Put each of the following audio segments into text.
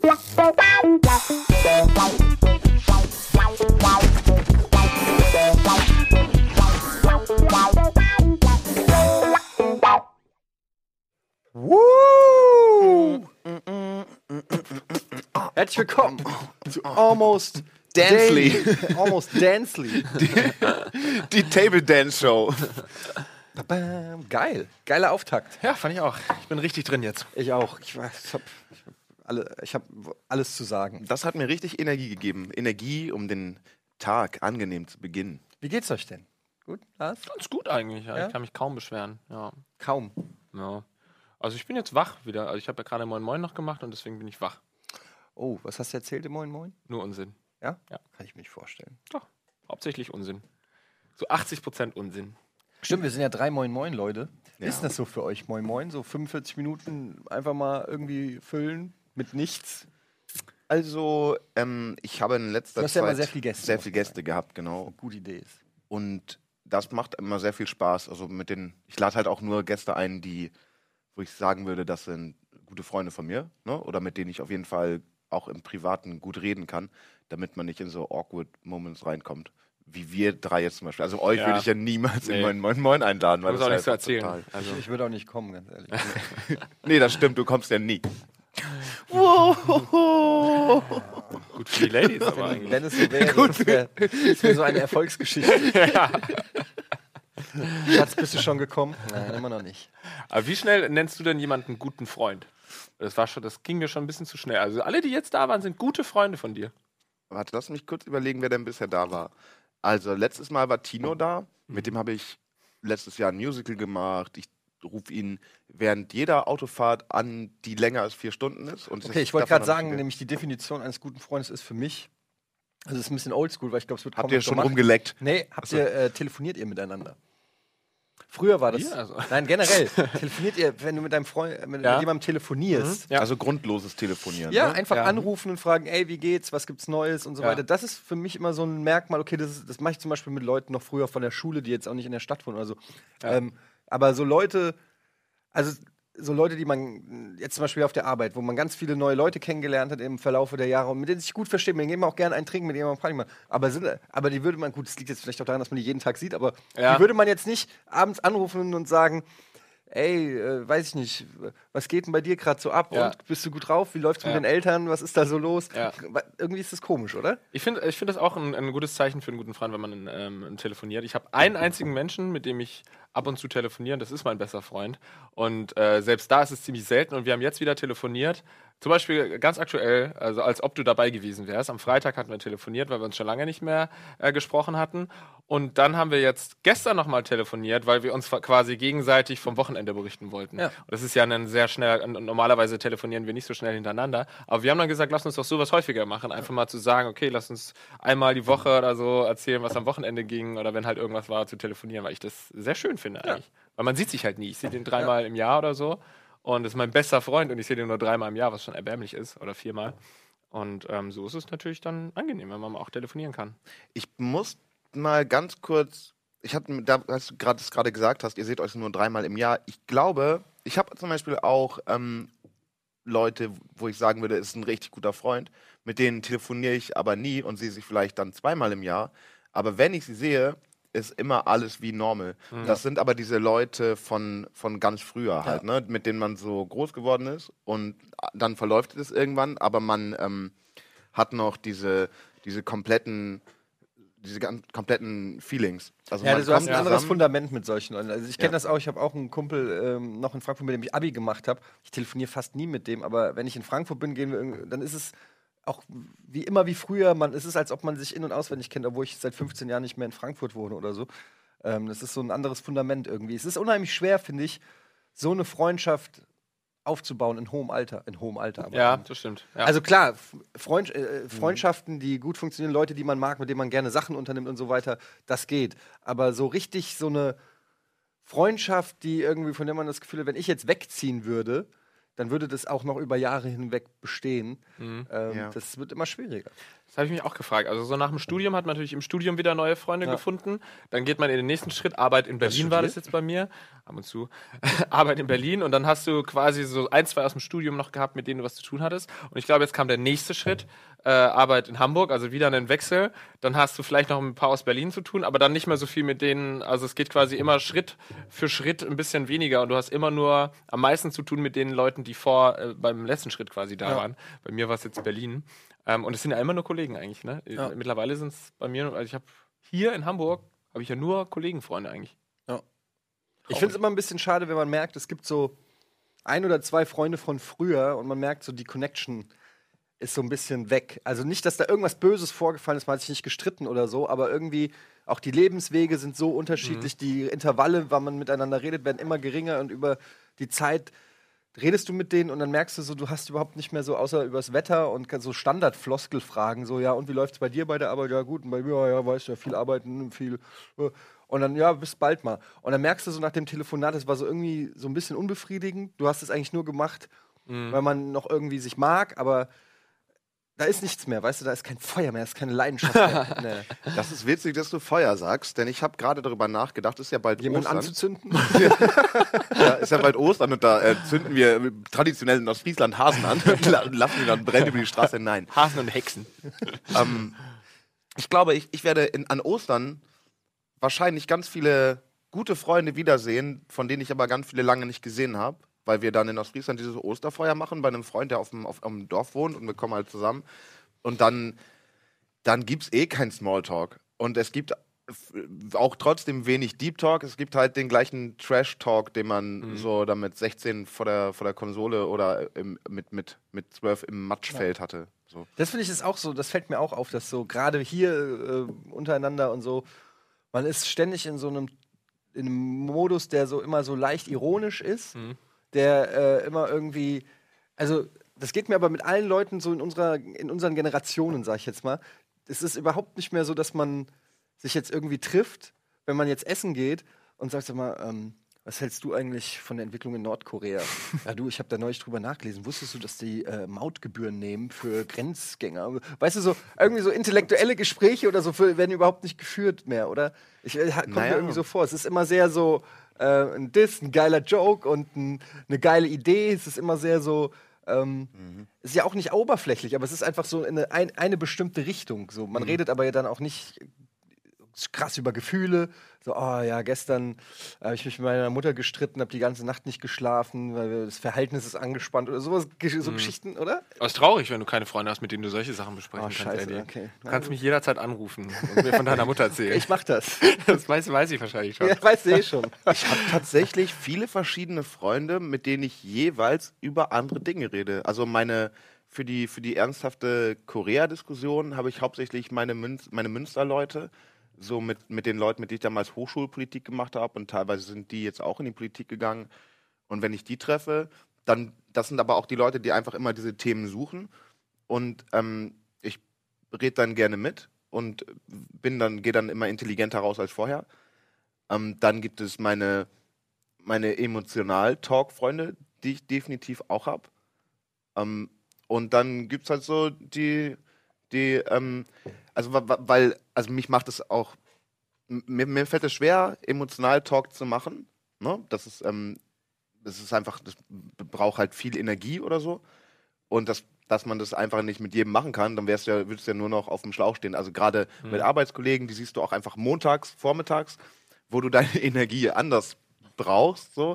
Woo! Herzlich willkommen zu Almost Dancely. Almost Dancely. Die Table Dance Show. Geil. Geiler Auftakt. Ja, fand ich auch. Ich bin richtig drin jetzt. Ich auch. Ich hab alles zu sagen. Das hat mir richtig Energie gegeben. Energie, um den Tag angenehm zu beginnen. Wie geht's euch denn? Gut, Lars? Ganz gut eigentlich. Ja. Ja? Ich kann mich kaum beschweren. Ja. Kaum. Ja. Also ich bin jetzt wach wieder. Also ich habe ja gerade Moin Moin noch gemacht und deswegen bin ich wach. Oh, was hast du erzählt im Moin Moin? Nur Unsinn. Ja? Ja. Kann ich mir nicht vorstellen. Doch, hauptsächlich Unsinn. So 80% Unsinn. Stimmt, wir sind ja 3 Moin Moin Leute. Ja. Ist das so für euch Moin Moin? So 45 Minuten einfach mal irgendwie füllen mit nichts? Also, ich habe in letzter Du hast ja Zeit immer sehr viel Gäste, sehr muss viel man Gäste gehabt, genau. Eine gute Idee ist. Und das macht immer sehr viel Spaß. Also ich lade halt auch nur Gäste ein, wo ich sagen würde, das sind gute Freunde von mir, ne? Oder mit denen ich auf jeden Fall auch im Privaten gut reden kann, damit man nicht in so awkward Moments reinkommt. Wie wir drei jetzt zum Beispiel. Also euch Ja. würde ich ja niemals in Nee. meinen Moin Moin einladen. Weil Muss das auch ja nichts zu einfach erzählen. total- Also, Ich würde auch nicht kommen, ganz ehrlich. Nee, das stimmt, du kommst ja nie. gut für die Ladies aber eigentlich. Wenn es so wäre, das wäre so eine Erfolgsgeschichte. Ja. Schatz, bist du schon gekommen? Nein, immer noch nicht. Aber wie schnell nennst du denn jemanden guten Freund? Das ging mir schon ein bisschen zu schnell. Also alle, die jetzt da waren, sind gute Freunde von dir. Warte, lass mich kurz überlegen, wer denn bisher da war. Also, letztes Mal war Tino da. Mit dem habe ich letztes Jahr ein Musical gemacht. Ich rufe ihn während jeder Autofahrt an, die länger als 4 Stunden ist. Und Okay, ich wollte gerade sagen, nämlich die Definition eines guten Freundes ist für mich, also es ist ein bisschen oldschool, weil ich glaube, es wird kaum habt ihr noch schon gemacht. rumgeleckt? Nee, telefoniert ihr miteinander? Früher war das. Wir? Also. Nein, generell. Telefoniert ihr, wenn du mit deinem Freund, mit jemandem telefonierst? Ja. Also grundloses Telefonieren. Ja, ne? einfach Ja. anrufen und fragen, ey, wie geht's, was gibt's Neues und so Ja. weiter. Das ist für mich immer so ein Merkmal, okay, das mache ich zum Beispiel mit Leuten noch früher von der Schule, die jetzt auch nicht in der Stadt wohnen oder so. Ja. Aber so Leute, die man jetzt zum Beispiel auf der Arbeit, wo man ganz viele neue Leute kennengelernt hat im Verlaufe der Jahre und mit denen sich gut versteht, mit denen geht man auch gerne einen trinken, mit denen man Party macht. Aber die würde man, gut, das liegt jetzt vielleicht auch daran, dass man die jeden Tag sieht, aber Ja. die würde man jetzt nicht abends anrufen und sagen, ey, weiß ich nicht, was geht denn bei dir gerade so ab? Ja. Und bist du gut drauf? Wie läuft's mit Ja. den Eltern? Was ist da so los? Ja. Irgendwie ist das komisch, oder? Ich finde das auch ein gutes Zeichen für einen guten Freund, wenn man telefoniert. Ich habe einen einzigen Menschen, mit dem ich ab und zu telefoniere, das ist mein bester Freund. Und selbst da ist es ziemlich selten. Und wir haben jetzt wieder telefoniert. Zum Beispiel ganz aktuell, also als ob du dabei gewesen wärst. Am Freitag hatten wir telefoniert, weil wir uns schon lange nicht mehr gesprochen hatten. Und dann haben wir jetzt gestern nochmal telefoniert, weil wir uns quasi gegenseitig vom Wochenende berichten wollten. Ja. Und das ist ja ein sehr schnell, normalerweise telefonieren wir nicht so schnell hintereinander. Aber wir haben dann gesagt, lass uns doch sowas häufiger machen. Einfach mal zu sagen, okay, lass uns einmal die Woche oder so erzählen, was am Wochenende ging oder wenn halt irgendwas war, zu telefonieren, weil ich das sehr schön finde eigentlich. Weil man sieht sich halt nie. Ich sehe den 3-mal im Jahr oder so. Und das ist mein bester Freund und ich sehe den nur 3-mal im Jahr, was schon erbärmlich ist. Oder 4-mal. Und so ist es natürlich dann angenehm, wenn man auch telefonieren kann. Ich muss mal ganz kurz, als du gerade gesagt hast, ihr seht euch nur 3-mal im Jahr. Ich glaube, ich habe zum Beispiel auch Leute, wo ich sagen würde, ist ein richtig guter Freund, mit denen telefoniere ich aber nie und sehe sich vielleicht dann 2-mal im Jahr. Aber wenn ich sie sehe, ist immer alles wie normal. Das sind aber diese Leute von ganz früher halt, ne? Mit denen man so groß geworden ist und dann verläuft es irgendwann, aber man hat noch diese kompletten Feelings. Also Ja, man du hast kommt ein anderes zusammen. Fundament mit solchen Leuten. Also ich kenne Ja. das auch, ich habe auch einen Kumpel noch in Frankfurt, mit dem ich Abi gemacht habe. Ich telefoniere fast nie mit dem, aber wenn ich in Frankfurt bin, dann ist es auch wie früher, es ist, als ob man sich in- und auswendig kennt, obwohl ich seit 15 Jahren nicht mehr in Frankfurt wohne oder so. Das ist so ein anderes Fundament irgendwie. Es ist unheimlich schwer, finde ich, so eine Freundschaft aufzubauen in hohem Alter. Aber Ja, das stimmt. Ja. Also klar, Freundschaften, die gut funktionieren, Leute, die man mag, mit denen man gerne Sachen unternimmt und so weiter, das geht. Aber so richtig so eine Freundschaft, die irgendwie, von der man das Gefühl hat, wenn ich jetzt wegziehen würde, dann würde das auch noch über Jahre hinweg bestehen. Ja. Das wird immer schwieriger. Das habe ich mich auch gefragt. Also so nach dem Studium hat man natürlich im Studium wieder neue Freunde gefunden. Dann geht man in den nächsten Schritt. Arbeit in Berlin war das jetzt bei mir. Ab und zu. Arbeit in Berlin. Und dann hast du quasi so 1, 2 aus dem Studium noch gehabt, mit denen du was zu tun hattest. Und ich glaube, jetzt kam der nächste Schritt. Arbeit in Hamburg, also wieder einen Wechsel. Dann hast du vielleicht noch ein paar aus Berlin zu tun, aber dann nicht mehr so viel mit denen. Also es geht quasi immer Schritt für Schritt ein bisschen weniger. Und du hast immer nur am meisten zu tun mit den Leuten, die beim letzten Schritt quasi da waren. Bei mir war es jetzt Berlin. Und es sind ja immer nur Kollegen eigentlich, ne? Ja. Mittlerweile sind es bei mir, also ich habe hier in Hamburg, habe ich ja nur Kollegenfreunde eigentlich. Ja. Ich finde es immer ein bisschen schade, wenn man merkt, es gibt so 1 oder 2 Freunde von früher und man merkt so, die Connection ist so ein bisschen weg. Also nicht, dass da irgendwas Böses vorgefallen ist, man hat sich nicht gestritten oder so, aber irgendwie auch die Lebenswege sind so unterschiedlich, die Intervalle, wann man miteinander redet, werden immer geringer und über die Zeit redest du mit denen und dann merkst du so, du hast überhaupt nicht mehr so, außer übers Wetter und so Standard-Floskel-Fragen, so, ja, und wie läuft's bei dir bei der Arbeit? Ja, gut, und bei mir, ja, weißt du, ja, viel arbeiten, viel. Und dann, ja, bis bald mal. Und dann merkst du so nach dem Telefonat, es war so irgendwie so ein bisschen unbefriedigend. Du hast es eigentlich nur gemacht, weil man noch irgendwie sich mag, aber da ist nichts mehr, weißt du, da ist kein Feuer mehr, da ist keine Leidenschaft mehr. Nee. Das ist witzig, dass du Feuer sagst, denn ich habe gerade darüber nachgedacht, ist ja bald Jemanden Ostern. anzuzünden? Ja, ist ja bald Ostern und da zünden wir traditionell in Ostfriesland Hasen an und lassen die dann brennen über die Straße. Nein. Hasen und Hexen. Ich glaube, ich werde an Ostern wahrscheinlich ganz viele gute Freunde wiedersehen, von denen ich aber ganz viele lange nicht gesehen habe, weil wir dann in Ostfriesland dieses Osterfeuer machen bei einem Freund, der auf dem Dorf wohnt und wir kommen halt zusammen. Und dann gibt es kein Smalltalk. Und es gibt auch trotzdem wenig Deep Talk. Es gibt halt den gleichen Trash-Talk, den man so damit 16 vor der Konsole oder mit 12 im Matschfeld hatte. So. Das finde ich ist auch so, das fällt mir auch auf, dass so gerade hier untereinander und so, man ist ständig in einem Modus, der so immer so leicht ironisch ist, der immer irgendwie, also das geht mir aber mit allen Leuten so in unseren Generationen, sag ich jetzt mal. Es ist überhaupt nicht mehr so, dass man sich jetzt irgendwie trifft, wenn man jetzt essen geht und sagt, sag mal, was hältst du eigentlich von der Entwicklung in Nordkorea? Ja, du, ich habe da neulich drüber nachgelesen. Wusstest du, dass die Mautgebühren nehmen für Grenzgänger? Weißt du, so irgendwie so intellektuelle Gespräche oder so werden überhaupt nicht geführt mehr, oder? Kommt mir irgendwie so vor. Es ist immer sehr so ein Diss, ein geiler Joke und eine geile Idee. Es ist immer sehr so ist ja auch nicht oberflächlich, aber es ist einfach so in eine bestimmte Richtung. So. Man redet aber ja dann auch nicht krass über Gefühle. So, oh ja, gestern habe ich mich mit meiner Mutter gestritten, habe die ganze Nacht nicht geschlafen, weil das Verhältnis ist angespannt oder sowas. So Geschichten, oder? Aber es ist traurig, wenn du keine Freunde hast, mit denen du solche Sachen besprechen kannst. Scheiße, Eddie. okay. Du kannst mich jederzeit anrufen und mir von deiner Mutter erzählen. Ich mach das. Das weiß ich wahrscheinlich schon. Ja, weißt du eh schon. Ich habe tatsächlich viele verschiedene Freunde, mit denen ich jeweils über andere Dinge rede. Also für die ernsthafte Korea-Diskussion habe ich hauptsächlich meine Münsterleute, so mit den Leuten, mit denen ich damals Hochschulpolitik gemacht habe und teilweise sind die jetzt auch in die Politik gegangen. Und wenn ich die treffe, dann, das sind aber auch die Leute, die einfach immer diese Themen suchen und ich rede dann gerne mit und gehe dann immer intelligenter raus als vorher. Dann gibt es meine Emotional-Talk-Freunde, die ich definitiv auch habe. Und dann gibt es halt so also mich macht es auch, mir fällt es schwer, Emotional-Talk zu machen. Ne? Das ist einfach, das braucht halt viel Energie oder so. Und dass man das einfach nicht mit jedem machen kann, dann würdest du ja nur noch auf dem Schlauch stehen. Also gerade mit Arbeitskollegen, die siehst du auch einfach montags, vormittags, wo du deine Energie anders brauchst. So.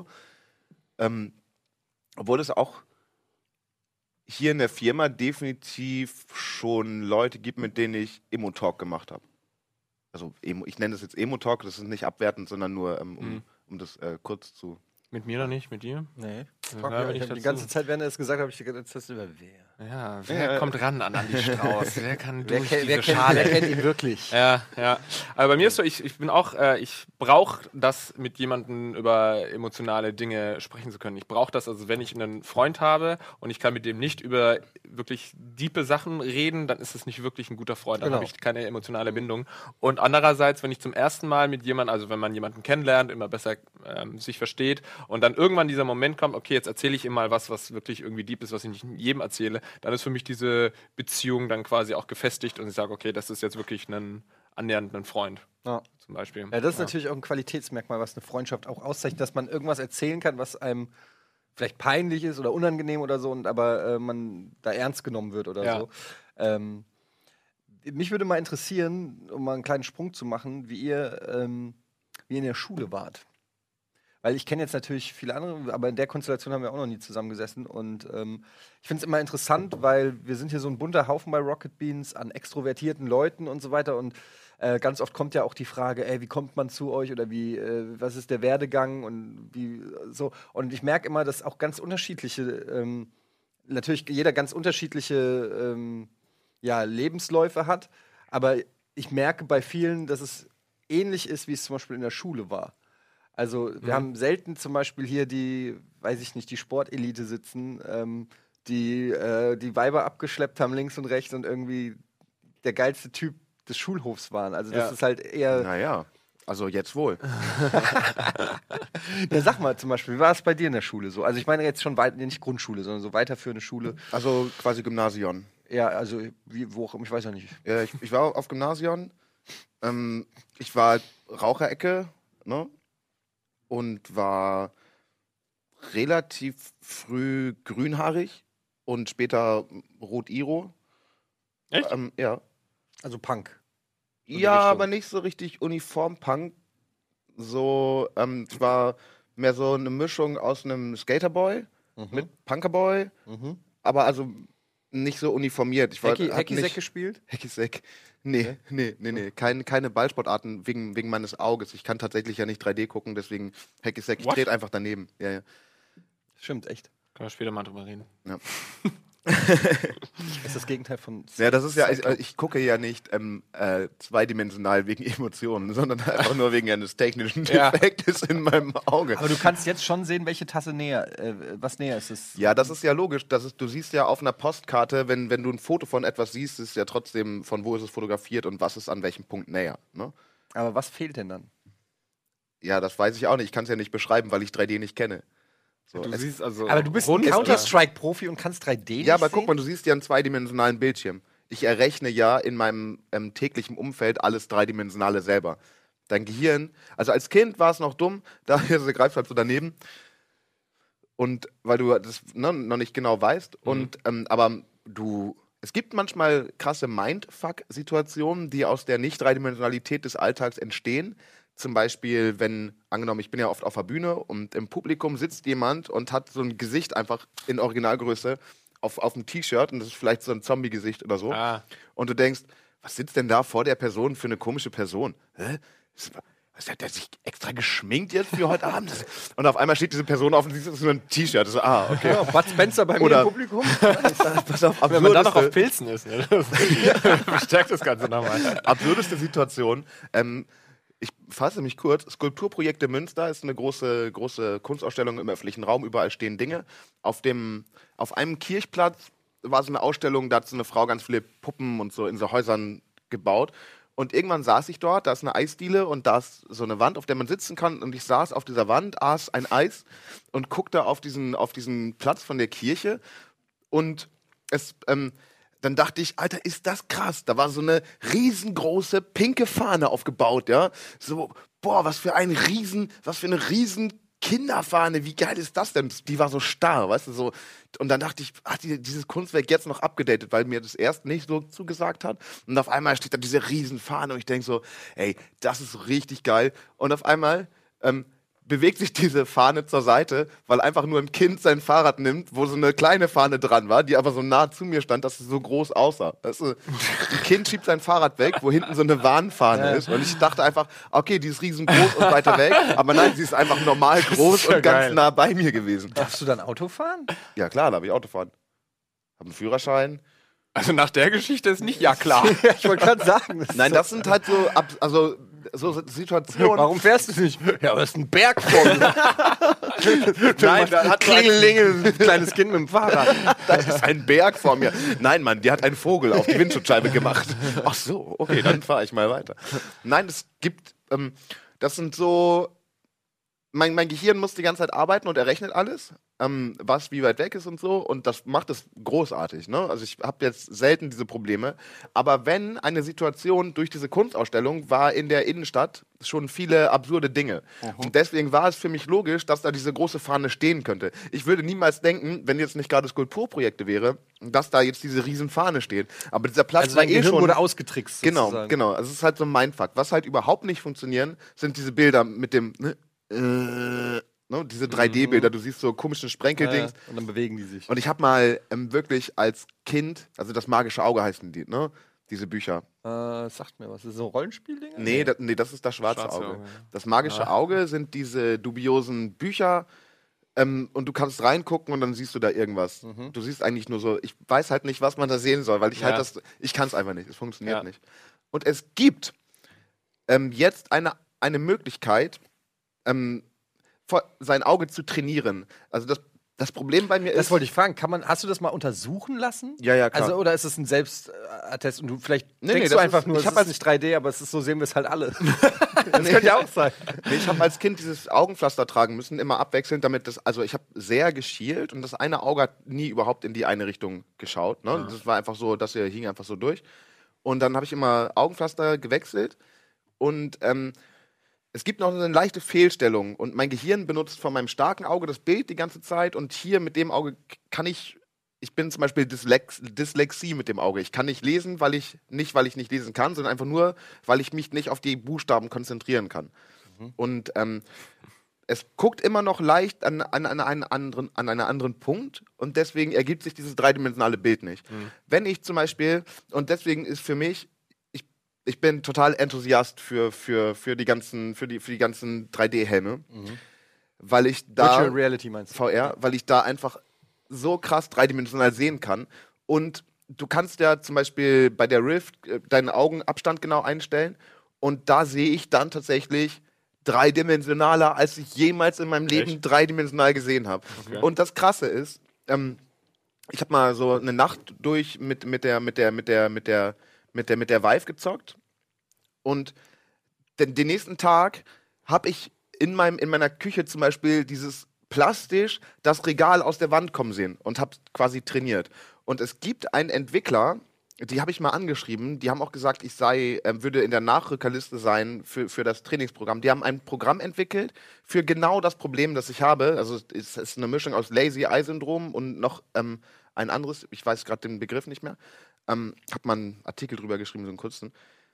Obwohl es auch hier in der Firma definitiv schon Leute gibt, mit denen ich Emo-Talk gemacht habe. Also ich nenne das jetzt Emo-Talk, das ist nicht abwertend, sondern nur um das kurz zu... Mit mir noch nicht, mit dir? Nee. Ja, Ich hab die ganze Zeit, während er es gesagt hat, habe ich gedacht, das ist über wer? Ja, wer kommt ran an Andi Strauß? Wer kann durch diese Wer Schale? kennt ihn wirklich? Ja. Aber bei mir ist so, ich bin auch, ich brauche das, mit jemandem über emotionale Dinge sprechen zu können. Ich brauche das, also wenn ich einen Freund habe und ich kann mit dem nicht über wirklich diepe Sachen reden, dann ist es nicht wirklich ein guter Freund, dann habe ich keine emotionale Bindung. Und andererseits, wenn ich zum ersten Mal mit jemandem, also wenn man jemanden kennenlernt, immer besser sich versteht und dann irgendwann dieser Moment kommt, okay, jetzt erzähle ich ihm mal was wirklich irgendwie deep ist, was ich nicht jedem erzähle, dann ist für mich diese Beziehung dann quasi auch gefestigt und ich sage, okay, das ist jetzt wirklich annähernd ein Freund. Ja. Zum Beispiel. Ja, das ist natürlich auch ein Qualitätsmerkmal, was eine Freundschaft auch auszeichnet, dass man irgendwas erzählen kann, was einem vielleicht peinlich ist oder unangenehm oder so, aber man da ernst genommen wird oder so. Mich würde mal interessieren, um mal einen kleinen Sprung zu machen, wie ihr in der Schule wart. Weil ich kenne jetzt natürlich viele andere, aber in der Konstellation haben wir auch noch nie zusammengesessen. Und ich finde es immer interessant, weil wir sind hier so ein bunter Haufen bei Rocket Beans an extrovertierten Leuten und so weiter. Und ganz oft kommt ja auch die Frage, ey, wie kommt man zu euch oder was ist der Werdegang und wie so. Und ich merke immer, dass auch ganz unterschiedliche, natürlich jeder ganz unterschiedliche Lebensläufe hat. Aber ich merke bei vielen, dass es ähnlich ist, wie es zum Beispiel in der Schule war. Also wir haben selten zum Beispiel hier die, weiß ich nicht, die Sportelite sitzen, die Weiber abgeschleppt haben links und rechts und irgendwie der geilste Typ des Schulhofs waren. Also das ist halt eher... Naja, also jetzt wohl. Ja, sag mal zum Beispiel, wie war es bei dir in der Schule so? Also ich meine jetzt schon nicht Grundschule, sondern so weiterführende Schule. Also quasi Gymnasium. Ja, also wo auch immer, ich weiß ja nicht. Ja, ich war auf Gymnasium. Ich war Raucherecke, ne? Und war relativ früh grünhaarig und später rot-iro. Echt? Ja. Also Punk. Ja, aber nicht so richtig Uniform-Punk. So, ich war mehr so eine Mischung aus einem Skaterboy mit Punkerboy, aber also nicht so uniformiert. Ich Hacky-Sack gespielt? Hacky-Sack. Nee. Keine Ballsportarten wegen meines Auges. Ich kann tatsächlich ja nicht 3D gucken, deswegen Hacky-Sack. Ich trete einfach daneben. Ja. Stimmt, echt. Können wir später mal drüber reden. Ja. Das ist das Gegenteil von... Ja, das ist ja, ich gucke ja nicht zweidimensional wegen Emotionen, sondern einfach nur wegen eines technischen Defektes in meinem Auge. Aber du kannst jetzt schon sehen, welche Tasse was näher ist es. Ja, das ist ja logisch. Du siehst ja auf einer Postkarte, wenn du ein Foto von etwas siehst, ist ja trotzdem, von wo ist es fotografiert und was ist an welchem Punkt näher. Ne? Aber was fehlt denn dann? Ja, das weiß ich auch nicht. Ich kann es ja nicht beschreiben, weil ich 3D nicht kenne. So, Du siehst also aber du bist ein Counter-Strike-Profi und kannst 3D ja, aber nicht guck mal, du siehst ja einen zweidimensionalen Bildschirm. Ich errechne ja in meinem täglichen Umfeld alles Dreidimensionale selber. Dein Gehirn, also als Kind war es noch dumm, da greifst halt so daneben. Und weil du das noch nicht genau weißt. Und aber es gibt manchmal krasse Mindfuck-Situationen, die aus der Nicht-Dreidimensionalität des Alltags entstehen. Zum Beispiel, wenn, angenommen, ich bin ja oft auf der Bühne und im Publikum sitzt jemand und hat so ein Gesicht einfach in Originalgröße auf einem T-Shirt und das ist vielleicht so ein Zombie-Gesicht oder so. Und du denkst, was sitzt denn da vor der Person für eine komische Person? Hä? Hat der sich extra geschminkt jetzt für heute Abend? Und auf einmal steht diese Person auf und siehst, das ist nur ein T-Shirt. So, okay. Ja, Bud Spencer bei mir im Publikum. Pass auf, wenn man dann noch auf Pilzen ist, ne? Das verstärkt das Ganze nochmal. Absurdeste Situation. Ich fasse mich kurz. Skulpturprojekte Münster ist eine große Kunstausstellung im öffentlichen Raum. Überall stehen Dinge. Auf einem Kirchplatz war so eine Ausstellung, da hat so eine Frau ganz viele Puppen und so in so Häusern gebaut. Und irgendwann saß ich dort, da ist eine Eisdiele und da ist so eine Wand, auf der man sitzen kann. Und ich saß auf dieser Wand, aß ein Eis und guckte auf diesen Platz von der Kirche. Und dann dachte ich, Alter, ist das krass. Da war so eine riesengroße pinke Fahne aufgebaut, ja. So, boah, was für eine riesen Kinderfahne, wie geil ist das denn? Die war so starr, weißt du, so. Und dann dachte ich, hat dieses Kunstwerk jetzt noch abgedatet, weil mir das erst nicht so zugesagt hat. Und auf einmal steht da diese Riesenfahne und ich denke so, ey, das ist richtig geil. Und auf einmal bewegt sich diese Fahne zur Seite, weil einfach nur ein Kind sein Fahrrad nimmt, wo so eine kleine Fahne dran war, die aber so nah zu mir stand, dass es so groß aussah. Weißt du, ein Kind schiebt sein Fahrrad weg, wo hinten so eine Warnfahne ist. Und ich dachte einfach, okay, die ist riesengroß und weiter weg. Aber nein, sie ist einfach normal groß und ganz nah bei mir gewesen. Darfst du dann Auto fahren? Ja klar, da habe ich Auto fahren. Habe einen Führerschein. Also nach der Geschichte ist nicht klar. Ich wollte gerade sagen. Nein, das sind halt so Situationen. Warum fährst du nicht? Ja, aber das ist ein Berg vor mir. Nein, da hat Klingelinge, ein kleines Kind mit dem Fahrrad. Da ist ein Berg vor mir. Nein, Mann, die hat einen Vogel auf die Windschutzscheibe gemacht. Ach so, okay, dann fahre ich mal weiter. Nein, es gibt, das sind so mein Gehirn muss die ganze Zeit arbeiten und er rechnet alles, was wie weit weg ist und so. Und das macht es großartig. Ne? Also ich habe jetzt selten diese Probleme. Aber wenn eine Situation durch diese Kunstausstellung war in der Innenstadt schon viele absurde Dinge. Und deswegen war es für mich logisch, dass da diese große Fahne stehen könnte. Ich würde niemals denken, wenn jetzt nicht gerade Skulpturprojekte wäre, dass da jetzt diese riesen Fahne steht. Aber dieser Platz war dein Gehirn schon... wurde ausgetrickst. Sozusagen. Genau. Also es ist halt so ein Mindfuck. Was halt überhaupt nicht funktionieren, sind diese Bilder mit dem... diese 3D-Bilder, du siehst so komischen Sprenkeldings. Und dann bewegen die sich. Und ich habe mal wirklich als Kind, also das magische Auge heißen die, ne? Diese Bücher. Sagt mir was. Ist das so Rollenspieldinge? Nee, das ist das schwarze Auge. Ja. Das magische Auge sind diese dubiosen Bücher. Und du kannst reingucken und dann siehst du da irgendwas. Du siehst eigentlich nur so, ich weiß halt nicht, was man da sehen soll, weil ich ich kann es einfach nicht, es funktioniert nicht. Und es gibt jetzt eine Möglichkeit, sein Auge zu trainieren. Also das Problem bei mir ist... Das wollte ich fragen. Hast du das mal untersuchen lassen? Ja, klar. Also, oder ist es ein Selbstattest und du vielleicht denkst du einfach nur, ich es habe ist nicht 3D, aber es ist so, sehen wir es halt alle. Das könnte ja auch sein. Nee, ich habe als Kind dieses Augenpflaster tragen müssen, immer abwechselnd, also ich habe sehr geschielt und das eine Auge hat nie überhaupt in die eine Richtung geschaut. Ne? Das war einfach so, das hier hing einfach so durch. Und dann habe ich immer Augenpflaster gewechselt und es gibt noch eine leichte Fehlstellung und mein Gehirn benutzt von meinem starken Auge das Bild die ganze Zeit und hier mit dem Auge kann ich bin zum Beispiel Dyslexie mit dem Auge. Ich kann nicht lesen, weil ich nicht lesen kann, sondern einfach nur, weil ich mich nicht auf die Buchstaben konzentrieren kann. Und es guckt immer noch leicht an einen anderen Punkt und deswegen ergibt sich dieses dreidimensionale Bild nicht. Wenn ich zum Beispiel, und deswegen ist für mich, ich bin total Enthusiast für die ganzen 3D-Helme, weil ich da Virtual Reality meinst du? VR, weil ich da einfach so krass dreidimensional sehen kann. Und du kannst ja zum Beispiel bei der Rift deinen Augenabstand genau einstellen und da sehe ich dann tatsächlich dreidimensionaler, als ich jemals in meinem Leben dreidimensional gesehen habe. Okay. Und das Krasse ist, ich habe mal so eine Nacht durch mit der Vive gezockt und den nächsten Tag habe ich in meiner Küche zum Beispiel dieses plastisch das Regal aus der Wand kommen sehen und habe quasi trainiert. Und es gibt einen Entwickler, die habe ich mal angeschrieben, die haben auch gesagt, ich würde in der Nachrückerliste sein für das Trainingsprogramm. Die haben ein Programm entwickelt für genau das Problem, das ich habe. Also es ist eine Mischung aus Lazy-Eye-Syndrom und noch ein anderes, ich weiß gerade den Begriff nicht mehr. Habe mal einen Artikel drüber geschrieben, so einen kurzen.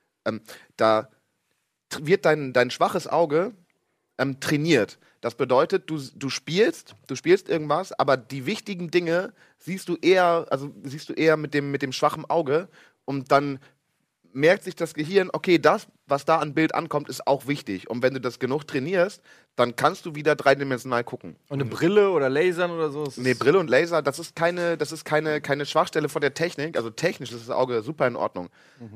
Da wird dein schwaches Auge trainiert. Das bedeutet, du spielst irgendwas, aber die wichtigen Dinge siehst du eher mit dem schwachen Auge und dann merkt sich das Gehirn, okay, das, was da an Bild ankommt, ist auch wichtig. Und wenn du das genug trainierst, dann kannst du wieder dreidimensional gucken. Und eine Brille oder Lasern oder so? Nee, Brille und Laser, das ist keine Schwachstelle von der Technik. Also technisch ist das Auge super in Ordnung.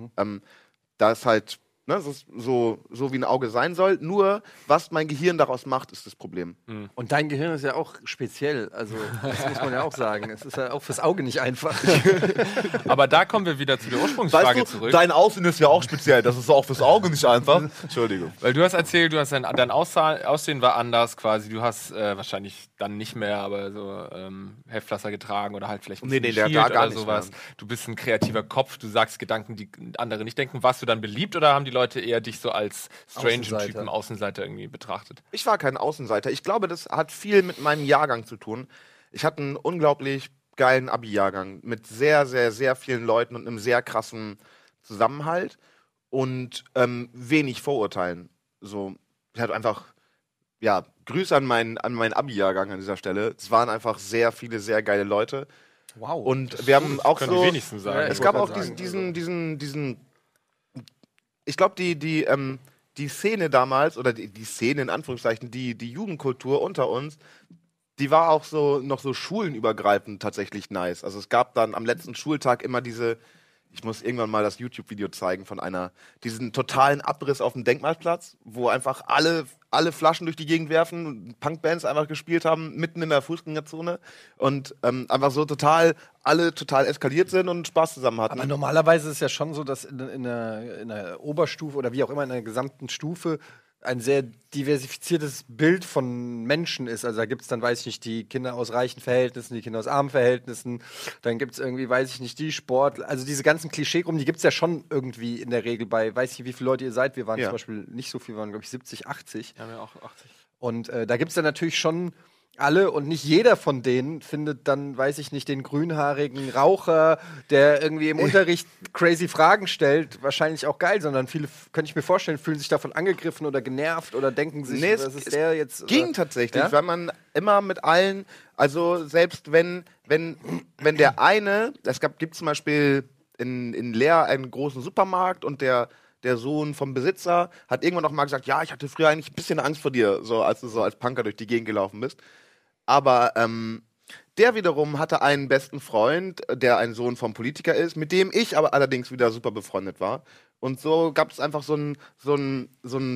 Da ist halt das ist so wie ein Auge sein soll. Nur, was mein Gehirn daraus macht, ist das Problem. Und dein Gehirn ist ja auch speziell. Also, das muss man ja auch sagen. Es ist ja auch fürs Auge nicht einfach. Aber da kommen wir wieder zu der Ursprungsfrage zurück. Dein Aussehen ist ja auch speziell. Das ist auch fürs Auge nicht einfach. Entschuldigung. Weil du hast erzählt, dein Aussehen war anders quasi. Du hast wahrscheinlich dann nicht mehr, aber so Heftpflaster getragen oder halt vielleicht ein bisschen gar oder nicht sowas. mehr. Du bist ein kreativer Kopf. Du sagst Gedanken, die andere nicht denken. Warst du dann beliebt oder haben die Leute eher dich so als strange Typen, Außenseiter irgendwie betrachtet? Ich war kein Außenseiter. Ich glaube, das hat viel mit meinem Jahrgang zu tun. Ich hatte einen unglaublich geilen Abi-Jahrgang mit sehr, sehr, sehr vielen Leuten und einem sehr krassen Zusammenhalt und wenig Vorurteilen. So, ich hatte einfach, Grüße an meinen Abi-Jahrgang an dieser Stelle. Es waren einfach sehr viele, sehr geile Leute. Wow. Und wir haben auch können so. die wenigsten sagen. Es gab auch diesen ich glaube, die Szene damals, oder die Szene in Anführungszeichen, die Jugendkultur unter uns, die war auch so noch so schulenübergreifend tatsächlich nice. Also es gab dann am letzten Schultag immer ich muss irgendwann mal das YouTube-Video zeigen von diesen totalen Abriss auf dem Denkmalplatz, wo einfach alle Flaschen durch die Gegend werfen, Punkbands einfach gespielt haben, mitten in der Fußgängerzone und einfach so alle total eskaliert sind und Spaß zusammen hatten. Aber normalerweise ist es ja schon so, dass in der Oberstufe oder wie auch immer in der gesamten Stufe ein sehr diversifiziertes Bild von Menschen ist. Also da gibt es dann, weiß ich nicht, die Kinder aus reichen Verhältnissen, die Kinder aus armen Verhältnissen. Dann gibt es irgendwie, weiß ich nicht, die Sport. Also diese ganzen Klischeegruppen, die gibt es ja schon irgendwie in der Regel bei, weiß ich nicht, wie viele Leute ihr seid. Wir waren zum Beispiel nicht so viel, wir waren, glaube ich, 70, 80. Ja, wir auch 80. Und da gibt es dann natürlich schon alle und nicht jeder von denen findet dann, weiß ich nicht, den grünhaarigen Raucher, der irgendwie im Unterricht crazy Fragen stellt, wahrscheinlich auch geil, sondern viele, könnte ich mir vorstellen, fühlen sich davon angegriffen oder genervt oder denken sich, was ist der jetzt? Ging tatsächlich, weil man immer mit allen, also selbst wenn der eine, gibt zum Beispiel in Leer einen großen Supermarkt und der Sohn vom Besitzer hat irgendwann noch mal gesagt, ja, ich hatte früher eigentlich ein bisschen Angst vor dir, so als du so als Punker durch die Gegend gelaufen bist. Aber der wiederum hatte einen besten Freund, der ein Sohn vom Politiker ist, mit dem ich aber allerdings wieder super befreundet war. Und so gab es einfach so ein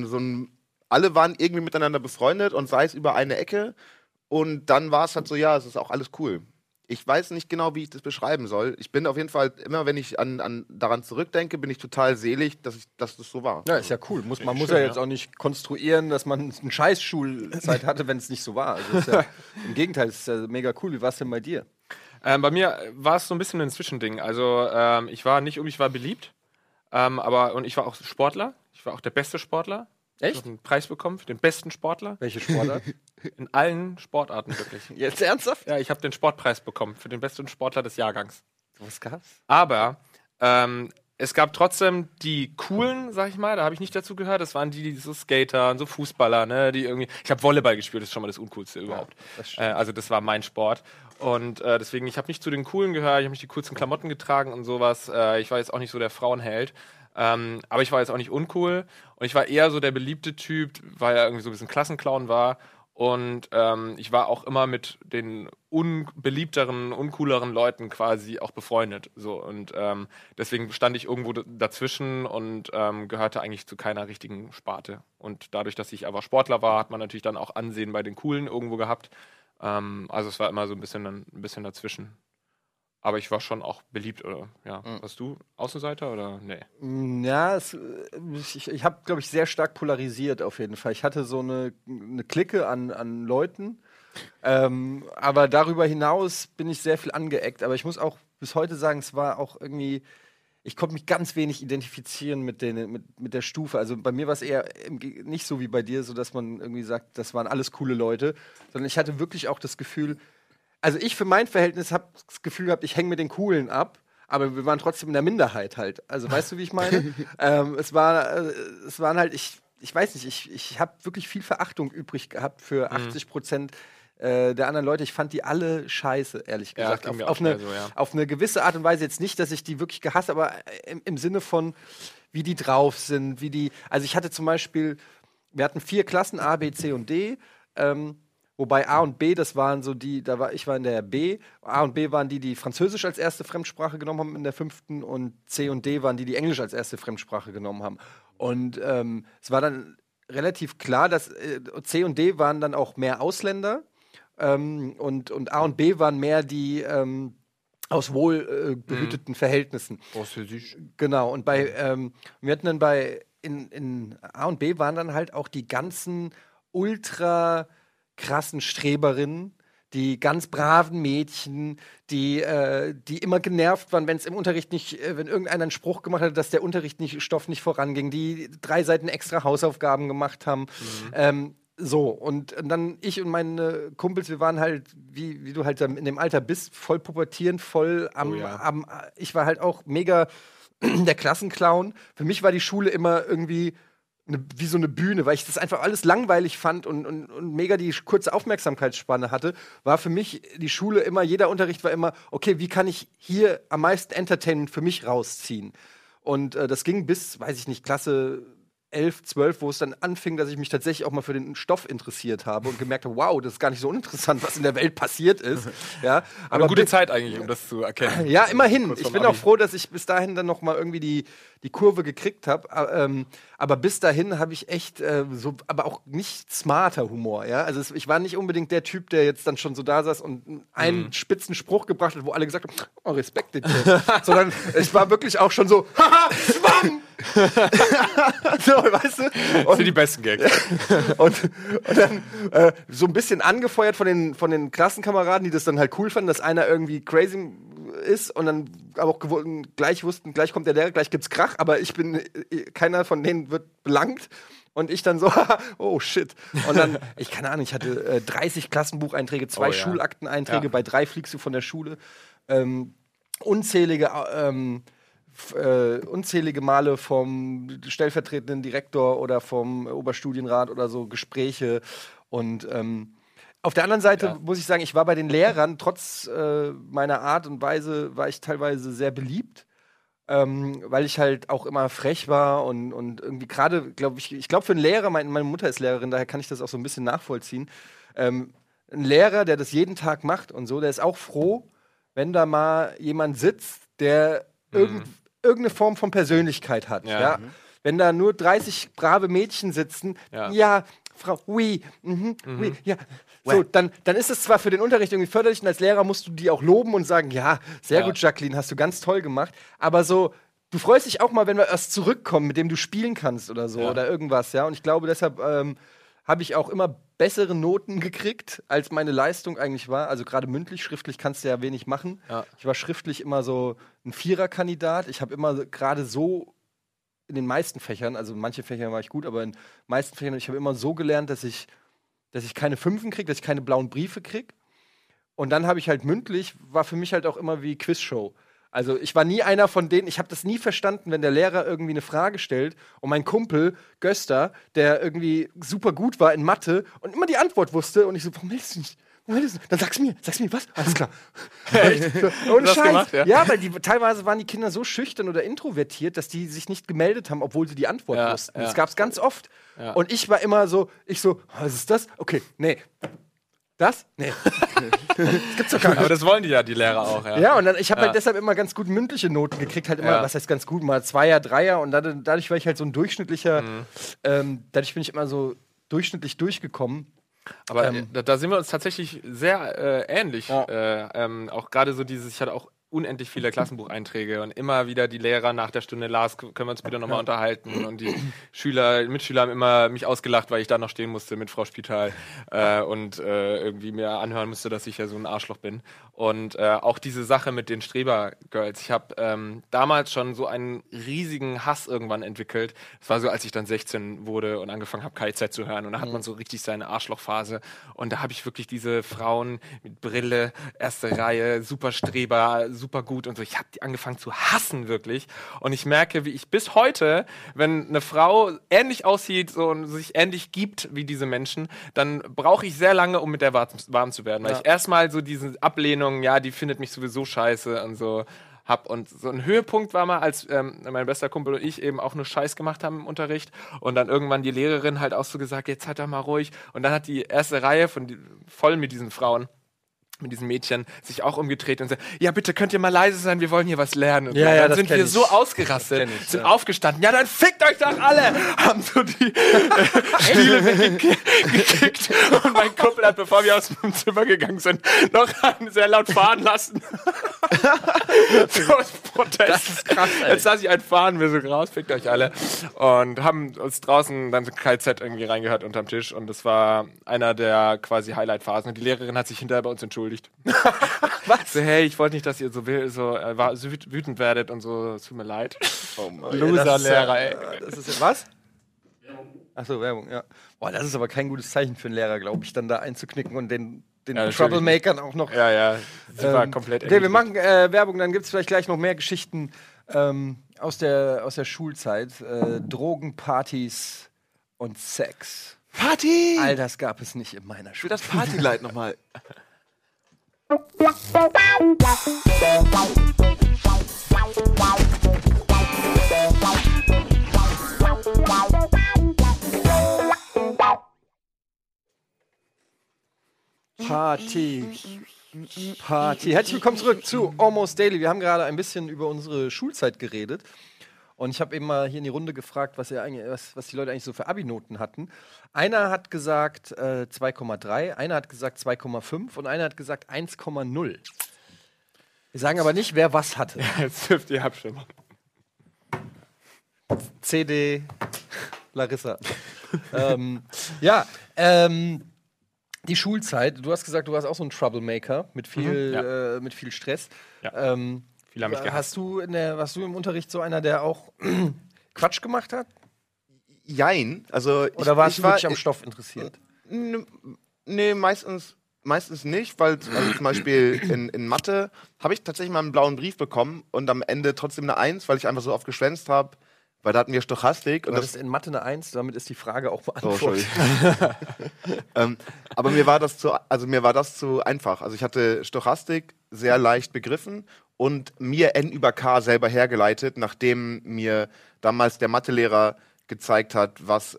alle waren irgendwie miteinander befreundet und sei es über eine Ecke. Und dann war es halt so, ja, es ist auch alles cool. Ich weiß nicht genau, wie ich das beschreiben soll. Ich bin auf jeden Fall, immer wenn ich daran zurückdenke, bin ich total selig, dass das so war. Ja, ist ja cool. Man muss ja jetzt auch nicht konstruieren, dass man eine Scheiß-Schulzeit hatte, wenn es nicht so war. Also ist ja, im Gegenteil, es ist ja mega cool. Wie war es denn bei dir? Bei mir war es so ein bisschen ein Zwischending. Also ich war beliebt, und ich war auch Sportler. Ich war auch der beste Sportler. Echt? Ich habe einen Preis bekommen für den besten Sportler. Welche Sportart? In allen Sportarten wirklich. Jetzt ernsthaft? Ja, ich habe den Sportpreis bekommen für den besten Sportler des Jahrgangs. Was gab's? Aber es gab trotzdem die coolen, sag ich mal, da habe ich nicht dazu gehört. Das waren die so Skater und so Fußballer, ne, die irgendwie. Ich habe Volleyball gespielt, das ist schon mal das Uncoolste überhaupt. Also das war mein Sport. Und deswegen, ich habe nicht zu den Coolen gehört, ich habe nicht die coolsten Klamotten getragen und sowas. Ich war jetzt auch nicht so der Frauenheld. Aber ich war jetzt auch nicht uncool. Und ich war eher so der beliebte Typ, weil er irgendwie so ein bisschen Klassenclown war. Und ich war auch immer mit den unbeliebteren, uncooleren Leuten quasi auch befreundet. So. Und deswegen stand ich irgendwo dazwischen und gehörte eigentlich zu keiner richtigen Sparte. Und dadurch, dass ich aber Sportler war, hat man natürlich dann auch Ansehen bei den Coolen irgendwo gehabt. Also es war immer so ein bisschen dazwischen. Aber ich war schon auch beliebt, oder? Ja. Warst du Außenseiter oder? Nee. Ja, ich habe, glaube ich, sehr stark polarisiert auf jeden Fall. Ich hatte so eine Clique an Leuten. Aber darüber hinaus bin ich sehr viel angeeckt. Aber ich muss auch bis heute sagen, es war auch irgendwie. Ich konnte mich ganz wenig identifizieren mit der Stufe. Also bei mir war es eher nicht so wie bei dir, so dass man irgendwie sagt, das waren alles coole Leute. Sondern ich hatte wirklich auch das Gefühl. Also ich für mein Verhältnis habe das Gefühl gehabt, ich hänge mit den Coolen ab, aber wir waren trotzdem in der Minderheit halt. Also weißt du, wie ich meine? Es waren halt, ich weiß nicht, ich habe wirklich viel Verachtung übrig gehabt für 80% der anderen Leute. Ich fand die alle scheiße, ehrlich gesagt. Ja, auf eine gewisse Art und Weise jetzt nicht, dass ich die wirklich gehasst, aber im Sinne von, wie die drauf sind, also ich hatte zum Beispiel, wir hatten 4 Klassen, A, B, C und D, wobei A und B, das waren so ich war in der B, A und B waren die Französisch als erste Fremdsprache genommen haben in der 5. und C und D waren die Englisch als erste Fremdsprache genommen haben. Und es war dann relativ klar, dass C und D waren dann auch mehr Ausländer und A und B waren mehr die aus wohlbehüteten Verhältnissen. Französisch. Genau, und wir hatten dann in A und B waren dann halt auch die ganzen ultra krassen Streberinnen, die ganz braven Mädchen, die immer genervt waren, wenn es im Unterricht nicht, wenn irgendeiner einen Spruch gemacht hat, dass der Stoff nicht voranging, die 3 Seiten extra Hausaufgaben gemacht haben. So, und dann ich und meine Kumpels, wir waren halt, wie du halt in dem Alter bist, voll pubertierend, voll ich war halt auch mega der Klassenclown. Für mich war die Schule immer irgendwie wie so eine Bühne, weil ich das einfach alles langweilig fand und mega die kurze Aufmerksamkeitsspanne hatte, war für mich die Schule immer, jeder Unterricht war immer, okay, wie kann ich hier am meisten Entertainment für mich rausziehen? Und das ging bis, weiß ich nicht, Klasse 11, 12, wo es dann anfing, dass ich mich tatsächlich auch mal für den Stoff interessiert habe und gemerkt habe, wow, das ist gar nicht so uninteressant, was in der Welt passiert ist. Ja, aber eine gute Zeit eigentlich, um das zu erkennen. Ja, immerhin. Ich bin auch froh, dass ich bis dahin dann noch mal irgendwie die Kurve gekriegt habe. Aber bis dahin habe ich echt aber auch nicht smarter Humor. Ja? Also ich war nicht unbedingt der Typ, der jetzt dann schon so da saß und einen spitzen Spruch gebracht hat, wo alle gesagt haben, oh, Respekt, sondern ich war wirklich auch schon so, haha, Schwamm! so, weißt du? Das sind die besten Gags. Und dann so ein bisschen angefeuert von den Klassenkameraden, die das dann halt cool fanden, dass einer irgendwie crazy ist und dann aber auch gleich wussten, gleich kommt der Lehrer, gleich gibt's Krach, aber keiner von denen wird belangt. Und ich dann so, oh shit. Und dann, keine Ahnung, ich hatte 30 Klassenbucheinträge, 2 Schulakteneinträge, bei 3 fliegst du von der Schule. Unzählige Male vom stellvertretenden Direktor oder vom Oberstudienrat oder so Gespräche. Und auf der anderen Seite muss ich sagen, ich war bei den Lehrern, trotz meiner Art und Weise, war ich teilweise sehr beliebt. Weil ich halt auch immer frech war und irgendwie gerade, glaube ich glaube für einen Lehrer, meine Mutter ist Lehrerin, daher kann ich das auch so ein bisschen nachvollziehen. Ein Lehrer, der das jeden Tag macht und so, der ist auch froh, wenn da mal jemand sitzt, der irgendeine Form von Persönlichkeit hat. Ja. Wenn da nur 30 brave Mädchen sitzen, Frau, oui, ja. So, dann ist es zwar für den Unterricht irgendwie förderlich und als Lehrer musst du die auch loben und sagen, ja, sehr gut, Jacqueline, hast du ganz toll gemacht. Aber so, du freust dich auch mal, wenn wir erst zurückkommen, mit dem du spielen kannst oder so oder irgendwas, ja. Und ich glaube, deshalb habe ich auch immer bessere Noten gekriegt, als meine Leistung eigentlich war. Also gerade mündlich, schriftlich kannst du ja wenig machen. Ja. Ich war schriftlich immer so ein Viererkandidat. Ich habe immer gerade so in den meisten Fächern, also in manchen Fächern war ich gut, aber in den meisten Fächern, ich habe immer so gelernt, dass ich keine Fünfen kriege, dass ich keine blauen Briefe kriege. Und dann habe ich halt mündlich, war für mich halt auch immer wie Quizshow. Also ich war nie einer von denen, ich habe das nie verstanden, wenn der Lehrer irgendwie eine Frage stellt und mein Kumpel Göster, der irgendwie super gut war in Mathe und immer die Antwort wusste und ich so, warum meldest du nicht? Dann sag's mir, was? Alles klar. Ohne Scheiß. Gemacht, ja, weil teilweise waren die Kinder so schüchtern oder introvertiert, dass die sich nicht gemeldet haben, obwohl sie die Antwort wussten. Das gab's ganz oft. Ja. Und ich war immer so, was ist das? Okay, nee. Das? Nee. Das gibt's doch gar nicht. Aber das wollen die Lehrer auch, ja. Ja, und dann, ich habe halt deshalb immer ganz gut mündliche Noten gekriegt, halt immer, was heißt ganz gut, mal 2er, 3er und dadurch war ich halt so ein durchschnittlicher, dadurch bin ich immer so durchschnittlich durchgekommen. Aber da sind wir uns tatsächlich sehr ähnlich. Ja. Auch gerade so ich hatte auch unendlich viele Klassenbucheinträge und immer wieder die Lehrer nach der Stunde, Lars, können wir uns bitte nochmal unterhalten? Und die Mitschüler haben immer mich ausgelacht, weil ich da noch stehen musste mit Frau Spital und irgendwie mir anhören musste, dass ich ja so ein Arschloch bin. Und auch diese Sache mit den Streber-Girls. Ich habe damals schon so einen riesigen Hass irgendwann entwickelt. Das war so, als ich dann 16 wurde und angefangen habe, KIZ zu hören. Und da hat man so richtig seine Arschlochphase. Und da habe ich wirklich diese Frauen mit Brille, erste Reihe, super Streber, super gut und so. Ich habe die angefangen zu hassen, wirklich. Und ich merke, wie ich bis heute, wenn eine Frau ähnlich aussieht so, und sich ähnlich gibt wie diese Menschen, dann brauche ich sehr lange, um mit der warm zu werden. Weil ich erstmal so diese Ablehnung, die findet mich sowieso scheiße und so hab. Und so ein Höhepunkt war mal, als mein bester Kumpel und ich eben auch nur Scheiß gemacht haben im Unterricht und dann irgendwann die Lehrerin halt auch so gesagt, jetzt halt doch mal ruhig. Und dann hat die erste Reihe voll mit diesen Frauen, mit diesen Mädchen, sich auch umgedreht und gesagt, ja bitte, könnt ihr mal leise sein, wir wollen hier was lernen. Und dann sind wir so ausgerastet, sind aufgestanden, ja dann fickt euch doch alle! Haben so die Stühle weggekickt und mein Kumpel hat, bevor wir aus dem Zimmer gegangen sind, noch einen sehr laut fahren lassen. So aus Protest. Das ist krass, ey. Jetzt lasse ich einen fahren, wir so raus, fickt euch alle. Und haben uns draußen dann so KZ irgendwie reingehört unterm Tisch und das war einer der quasi Highlight-Phasen. Und die Lehrerin hat sich hinterher bei uns entschuldigt. Was? So, hey, ich wollte nicht, dass ihr so wütend werdet und so, es tut mir leid. Oh Loser-Lehrer, ey. Das ist was? Achso, Werbung, ja. Boah, das ist aber kein gutes Zeichen für einen Lehrer, glaube ich, dann da einzuknicken und den Troublemakern auch noch. Ja, super komplett. Okay, wir machen Werbung, dann gibt es vielleicht gleich noch mehr Geschichten aus der Schulzeit. Drogen, Partys und Sex. Party! All das gab es nicht in meiner Schule. Das Partylight nochmal. Party. Herzlich willkommen zurück zu Almost Daily. Wir haben gerade ein bisschen über unsere Schulzeit geredet. Und ich habe eben mal hier in die Runde gefragt, was die Leute eigentlich so für Abi-Noten hatten. Einer hat gesagt 2,3, einer hat gesagt 2,5 und einer hat gesagt 1,0. Wir sagen aber nicht, wer was hatte. Ja, jetzt dürft ihr abstimmen. CD Larissa. Die Schulzeit, du hast gesagt, du warst auch so ein Troublemaker mit viel Stress. Ja. Viele haben mich gehasst. Warst du im Unterricht so einer, der auch Quatsch gemacht hat? Jein. Also Oder warst du wirklich am Stoff interessiert? Nee, meistens nicht, weil also zum Beispiel in Mathe habe ich tatsächlich mal einen blauen Brief bekommen und am Ende trotzdem eine 1, weil ich einfach so oft geschwänzt habe, weil da hatten wir Stochastik. Und das ist in Mathe eine 1, damit ist die Frage auch Oh, beantwortet. aber mir war das zu einfach. Also ich hatte Stochastik sehr leicht begriffen und mir N über K selber hergeleitet, nachdem mir damals der Mathelehrer gezeigt hat, dass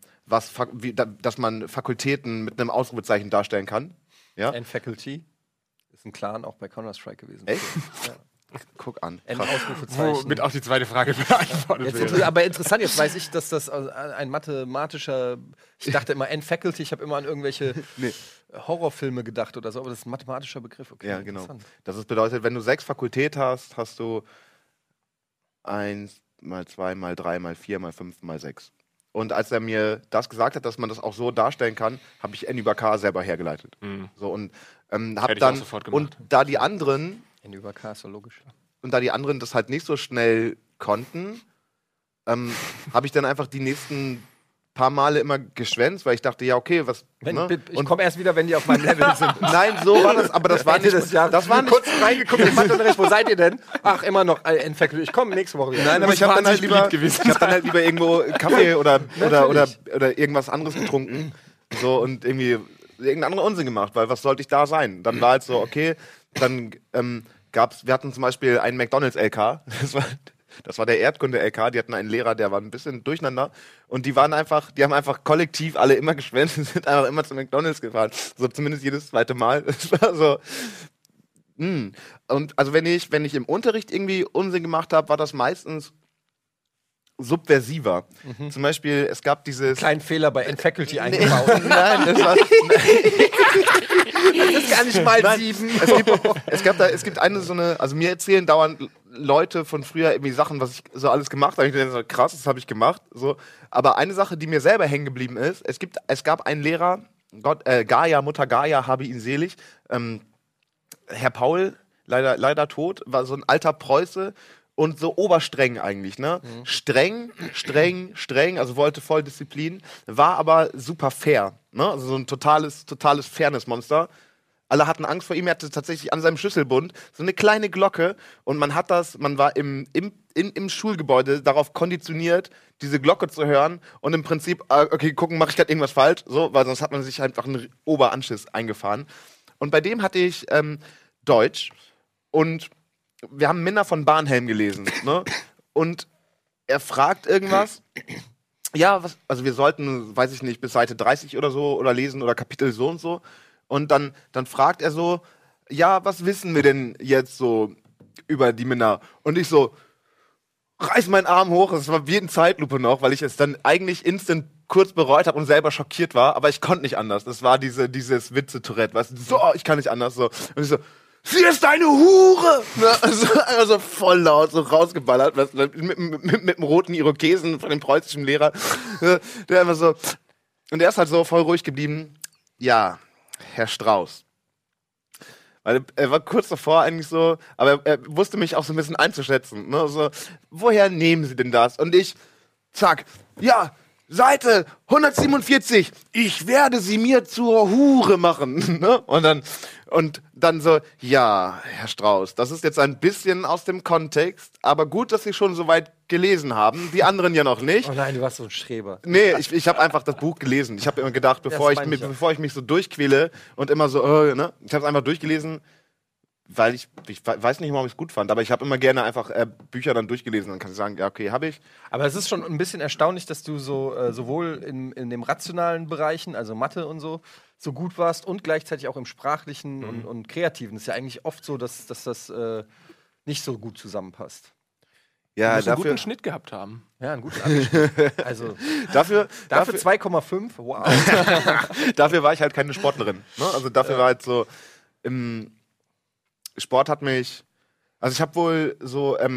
man Fakultäten mit einem Ausrufezeichen darstellen kann. Ja? N-Faculty ist ein Clan auch bei Counter-Strike gewesen. Echt? Ja. Guck an. N-Ausrufezeichen. Womit auch die zweite Frage beantwortet wäre. Aber interessant, jetzt weiß ich, dass das ein mathematischer. Ich dachte immer N-Faculty, ich habe immer an irgendwelche Horrorfilme gedacht oder so, aber das ist ein mathematischer Begriff. Okay, ja, genau. Das bedeutet, wenn du 6 Fakultät hast, hast du 1 mal 2 mal 3 mal 4 mal 5 mal 6. Und als er mir das gesagt hat, dass man das auch so darstellen kann, habe ich N über K selber hergeleitet. So, und habe dann und da die anderen N über K ist so logisch. Und da die anderen das halt nicht so schnell konnten, habe ich dann einfach die nächsten paar Male immer geschwänzt, weil ich dachte, ja, okay, was. Ich komme erst wieder, wenn die auf meinem Level sind. Nein, so war das, aber das war nicht. Das war nicht kurz reingeguckt im Matheunterricht, wo seid ihr denn? Ach, immer noch N-Faculty. Ich komme nächste Woche wieder. Nein, aber ich habe dann halt lieber irgendwo Kaffee oder irgendwas anderes getrunken. So und irgendwie irgendeinen anderen Unsinn gemacht, weil was sollte ich da sein? Dann war halt so, okay, dann wir hatten zum Beispiel einen McDonalds-LK, das war der Erdkunde-LK, die hatten einen Lehrer, der war ein bisschen durcheinander und die haben einfach kollektiv alle immer geschwänzt und sind einfach immer zu McDonalds gefahren, so zumindest jedes zweite Mal. Das war so, Und also wenn ich im Unterricht irgendwie Unsinn gemacht habe, war das meistens subversiver. Zum Beispiel, es gab dieses... Kleinen Fehler bei N-Faculty eingebaut. Nein, das war... Das ist gar nicht mal 7. Es gibt eine so eine, also mir erzählen dauernd Leute von früher irgendwie Sachen, was ich so alles gemacht habe. Ich denke so, krass, das habe ich gemacht. So. Aber eine Sache, die mir selber hängen geblieben ist, es gab einen Lehrer, Mutter Gaia, habe ihn selig, Herr Paul, leider tot, war so ein alter Preuße und so oberstreng eigentlich, ne? Streng, also wollte voll Disziplin, war aber super fair, ne? Also so ein totales Fairness-Monster. Alle hatten Angst vor ihm, er hatte tatsächlich an seinem Schlüsselbund so eine kleine Glocke und man war im Schulgebäude darauf konditioniert, diese Glocke zu hören und im Prinzip, okay, gucken, mache ich gerade irgendwas falsch, so, weil sonst hat man sich einfach einen Oberanschiss eingefahren. Und bei dem hatte ich Deutsch und wir haben Minna von Barnhelm gelesen, ne? Und er fragt irgendwas. Ja, also wir sollten, weiß ich nicht, bis Seite 30 oder so oder lesen oder Kapitel so und so. Und dann fragt er so, ja, was wissen wir denn jetzt so über die Minna? Und ich so, reiß meinen Arm hoch, das war wie in Zeitlupe noch, weil ich es dann eigentlich instant kurz bereut habe und selber schockiert war, aber ich konnte nicht anders. Das war dieses Witze-Tourette, weißt du, so, ich kann nicht anders, so. Und ich so, sie ist eine Hure! Also voll laut, so rausgeballert, weißt du, mit dem roten Irokesen von dem preußischen Lehrer. Der einfach so, und er ist halt so voll ruhig geblieben, ja, Herr Strauß. Weil er war kurz davor eigentlich so, aber er wusste mich auch so ein bisschen einzuschätzen. Ne? So, woher nehmen Sie denn das? Und ich, zack, ja, Seite 147, ich werde sie mir zur Hure machen. Ne? Und dann so, ja, Herr Strauß, das ist jetzt ein bisschen aus dem Kontext, aber gut, dass Sie schon so weit gelesen haben, die anderen ja noch nicht. Oh nein, du warst so ein Streber. Nee, ich habe einfach das Buch gelesen. Ich habe immer gedacht, bevor ich mich so durchquäle und immer so, ne? Ich habe es einfach durchgelesen, weil ich weiß nicht mal, ob ich es gut fand, aber ich habe immer gerne einfach Bücher dann durchgelesen. Dann kann ich sagen, ja, okay, habe ich. Aber es ist schon ein bisschen erstaunlich, dass du so sowohl in den rationalen Bereichen, also Mathe und so gut warst und gleichzeitig auch im sprachlichen und kreativen. Das ist ja eigentlich oft so, dass das nicht so gut zusammenpasst. Ja, einen guten Schnitt gehabt haben. Ja, einen guten Abschnitt. Also dafür 2,5, wow. Dafür war ich halt keine Sportlerin. Ne? Also dafür war halt so, im Sport hat mich, also ich habe wohl so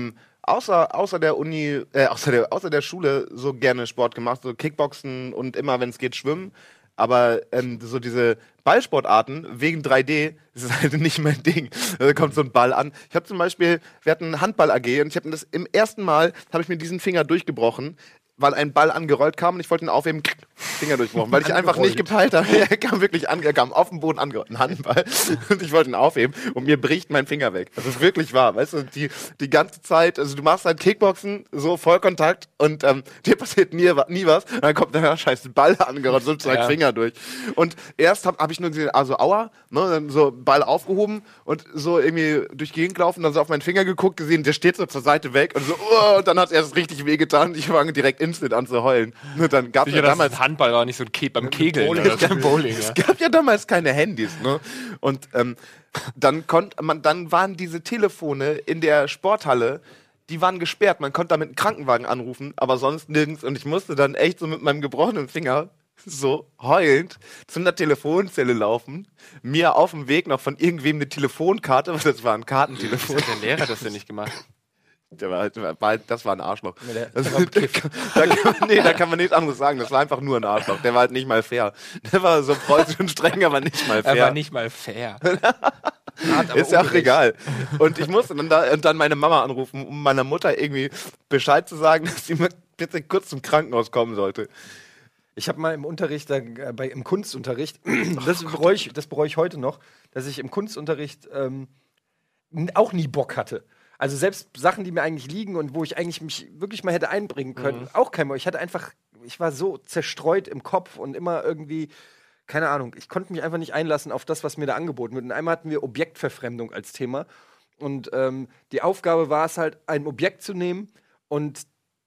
außer der Uni, außer der Schule so gerne Sport gemacht, so Kickboxen und immer, wenn es geht, schwimmen. Aber so diese Ballsportarten wegen 3D ist halt nicht mein Ding. Da kommt so ein Ball an. Ich habe zum Beispiel, wir hatten Handball AG und ich habe das im ersten Mal, habe ich mir diesen Finger durchgebrochen, weil ein Ball angerollt kam und ich wollte ihn aufheben, Finger durchbrochen, weil ich einfach nicht gepeilt habe. Er kam wirklich er kam auf dem Boden angerollt, ein Handball, und ich wollte ihn aufheben und mir bricht mein Finger weg. Das ist wirklich wahr, weißt du, die ganze Zeit, also du machst halt Kickboxen, so Vollkontakt und dir passiert nie was und dann kommt der scheiß Ball angerollt, sozusagen Finger durch. Und erst hab ich nur gesehen, also aua, ne, dann so Ball aufgehoben und so irgendwie durch die Gegend gelaufen, dann so auf meinen Finger geguckt, gesehen, der steht so zur Seite weg und so, und dann hat es erst richtig wehgetan und ich fange direkt instant an zu heulen. Und dann gab es ja damals Handball war nicht so beim Kegeln Bowling. oder so. Bowling, Es gab ja damals keine Handys, ne? Und dann waren diese Telefone in der Sporthalle, die waren gesperrt. Man konnte damit einen Krankenwagen anrufen, aber sonst nirgends. Und ich musste dann echt so mit meinem gebrochenen Finger so heulend zu einer Telefonzelle laufen, mir auf dem Weg noch von irgendwem eine Telefonkarte, weil das war ein Kartentelefon. Was hat der Lehrer das denn nicht gemacht? Das war ein Arschloch. Da kann man nichts anderes sagen. Das war einfach nur ein Arschloch. Der war halt nicht mal fair. Der war so preußisch und streng, aber nicht mal fair. Er war nicht mal fair. Ist ja auch egal. Und ich musste dann meine Mama anrufen, um meiner Mutter irgendwie Bescheid zu sagen, dass sie mal bitte kurz zum Krankenhaus kommen sollte. Ich habe mal im Unterricht, im Kunstunterricht, das bereue ich heute noch, dass ich im Kunstunterricht auch nie Bock hatte. Also selbst Sachen, die mir eigentlich liegen und wo ich eigentlich mich wirklich mal hätte einbringen können, auch kein Bock. Ich war so zerstreut im Kopf und immer irgendwie, keine Ahnung, ich konnte mich einfach nicht einlassen auf das, was mir da angeboten wird. Und einmal hatten wir Objektverfremdung als Thema. Und die Aufgabe war es halt, ein Objekt zu nehmen und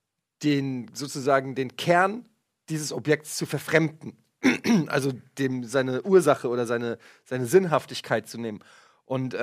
sozusagen den Kern dieses Objekts zu verfremden. Also dem seine Ursache oder seine Sinnhaftigkeit zu nehmen. Und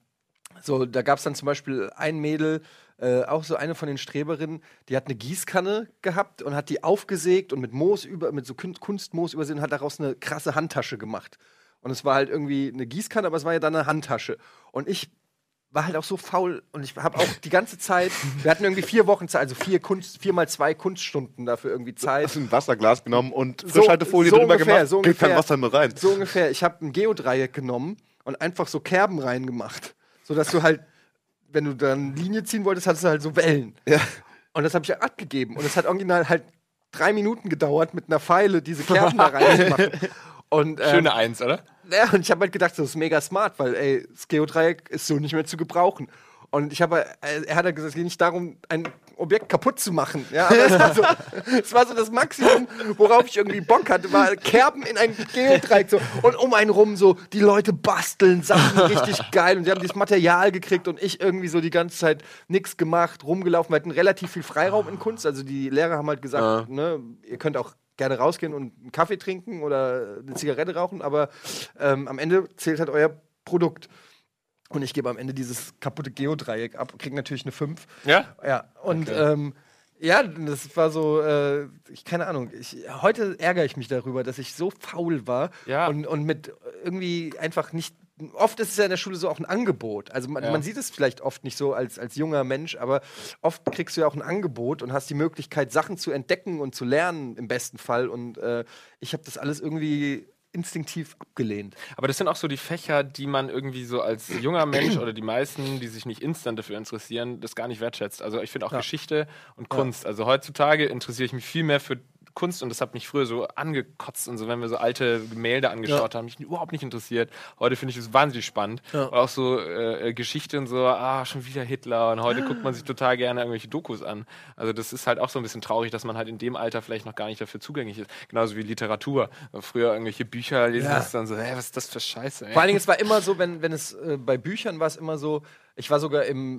so, da gab es dann zum Beispiel ein Mädel, auch so eine von den Streberinnen, die hat eine Gießkanne gehabt und hat die aufgesägt und mit so Kunstmoos übersehen und hat daraus eine krasse Handtasche gemacht. Und es war halt irgendwie eine Gießkanne, aber es war ja dann eine Handtasche. Und ich war halt auch so faul und ich habe auch die ganze Zeit, wir hatten irgendwie 4 Wochen Zeit, also 4 mal 2 Kunststunden dafür irgendwie Zeit. Hast du ein Wasserglas genommen und Frischhaltefolie drüber gemacht? So ungefähr. Kein Wasser mehr rein. So ungefähr. Ich habe ein Geodreieck genommen und einfach so Kerben reingemacht. Sodass du halt, wenn du dann Linie ziehen wolltest, hattest du halt so Wellen. Ja. Und das habe ich abgegeben. Und es hat original halt 3 Minuten gedauert, mit einer Feile diese Kerben da reinzumachen. Und, Schöne Eins, oder? Ja, und ich habe halt gedacht, das ist mega smart, weil, das Geodreieck ist so nicht mehr zu gebrauchen. Und er hat halt gesagt, es geht nicht darum, ein Objekt kaputt zu machen. Ja, aber es war so das Maximum, worauf ich irgendwie Bock hatte, war Kerben in ein Geodreieck. So. Und um einen rum so, die Leute basteln Sachen richtig geil. Und sie haben dieses Material gekriegt und ich irgendwie so die ganze Zeit nichts gemacht, rumgelaufen. Wir hatten relativ viel Freiraum in Kunst. Also die Lehrer haben halt gesagt, ne, ihr könnt auch gerne rausgehen und einen Kaffee trinken oder eine Zigarette rauchen, aber am Ende zählt halt euer Produkt. Und ich gebe am Ende dieses kaputte Geodreieck ab, kriege natürlich eine 5. Ja? Ja, und ja, das war so, keine Ahnung. Heute ärgere ich mich darüber, dass ich so faul war und mit irgendwie einfach nicht. Oft ist es ja in der Schule so auch ein Angebot. Also man sieht es vielleicht oft nicht so als junger Mensch, aber oft kriegst du ja auch ein Angebot und hast die Möglichkeit, Sachen zu entdecken und zu lernen im besten Fall. Und ich habe das alles irgendwie instinktiv abgelehnt. Aber das sind auch so die Fächer, die man irgendwie so als junger Mensch oder die meisten, die sich nicht instant dafür interessieren, das gar nicht wertschätzt. Also ich finde auch Geschichte und Kunst. Also heutzutage interessiere ich mich viel mehr für Kunst und das hat mich früher so angekotzt und so, wenn wir so alte Gemälde angeschaut haben, mich überhaupt nicht interessiert. Heute finde ich es wahnsinnig spannend. Ja. Und auch so Geschichte und so, schon wieder Hitler und heute guckt man sich total gerne irgendwelche Dokus an. Also das ist halt auch so ein bisschen traurig, dass man halt in dem Alter vielleicht noch gar nicht dafür zugänglich ist. Genauso wie Literatur. Früher irgendwelche Bücher lesen, ist dann so, was ist das für Scheiße? Ey? Vor allen Dingen, es war immer so, wenn es bei Büchern war es immer so, ich war sogar im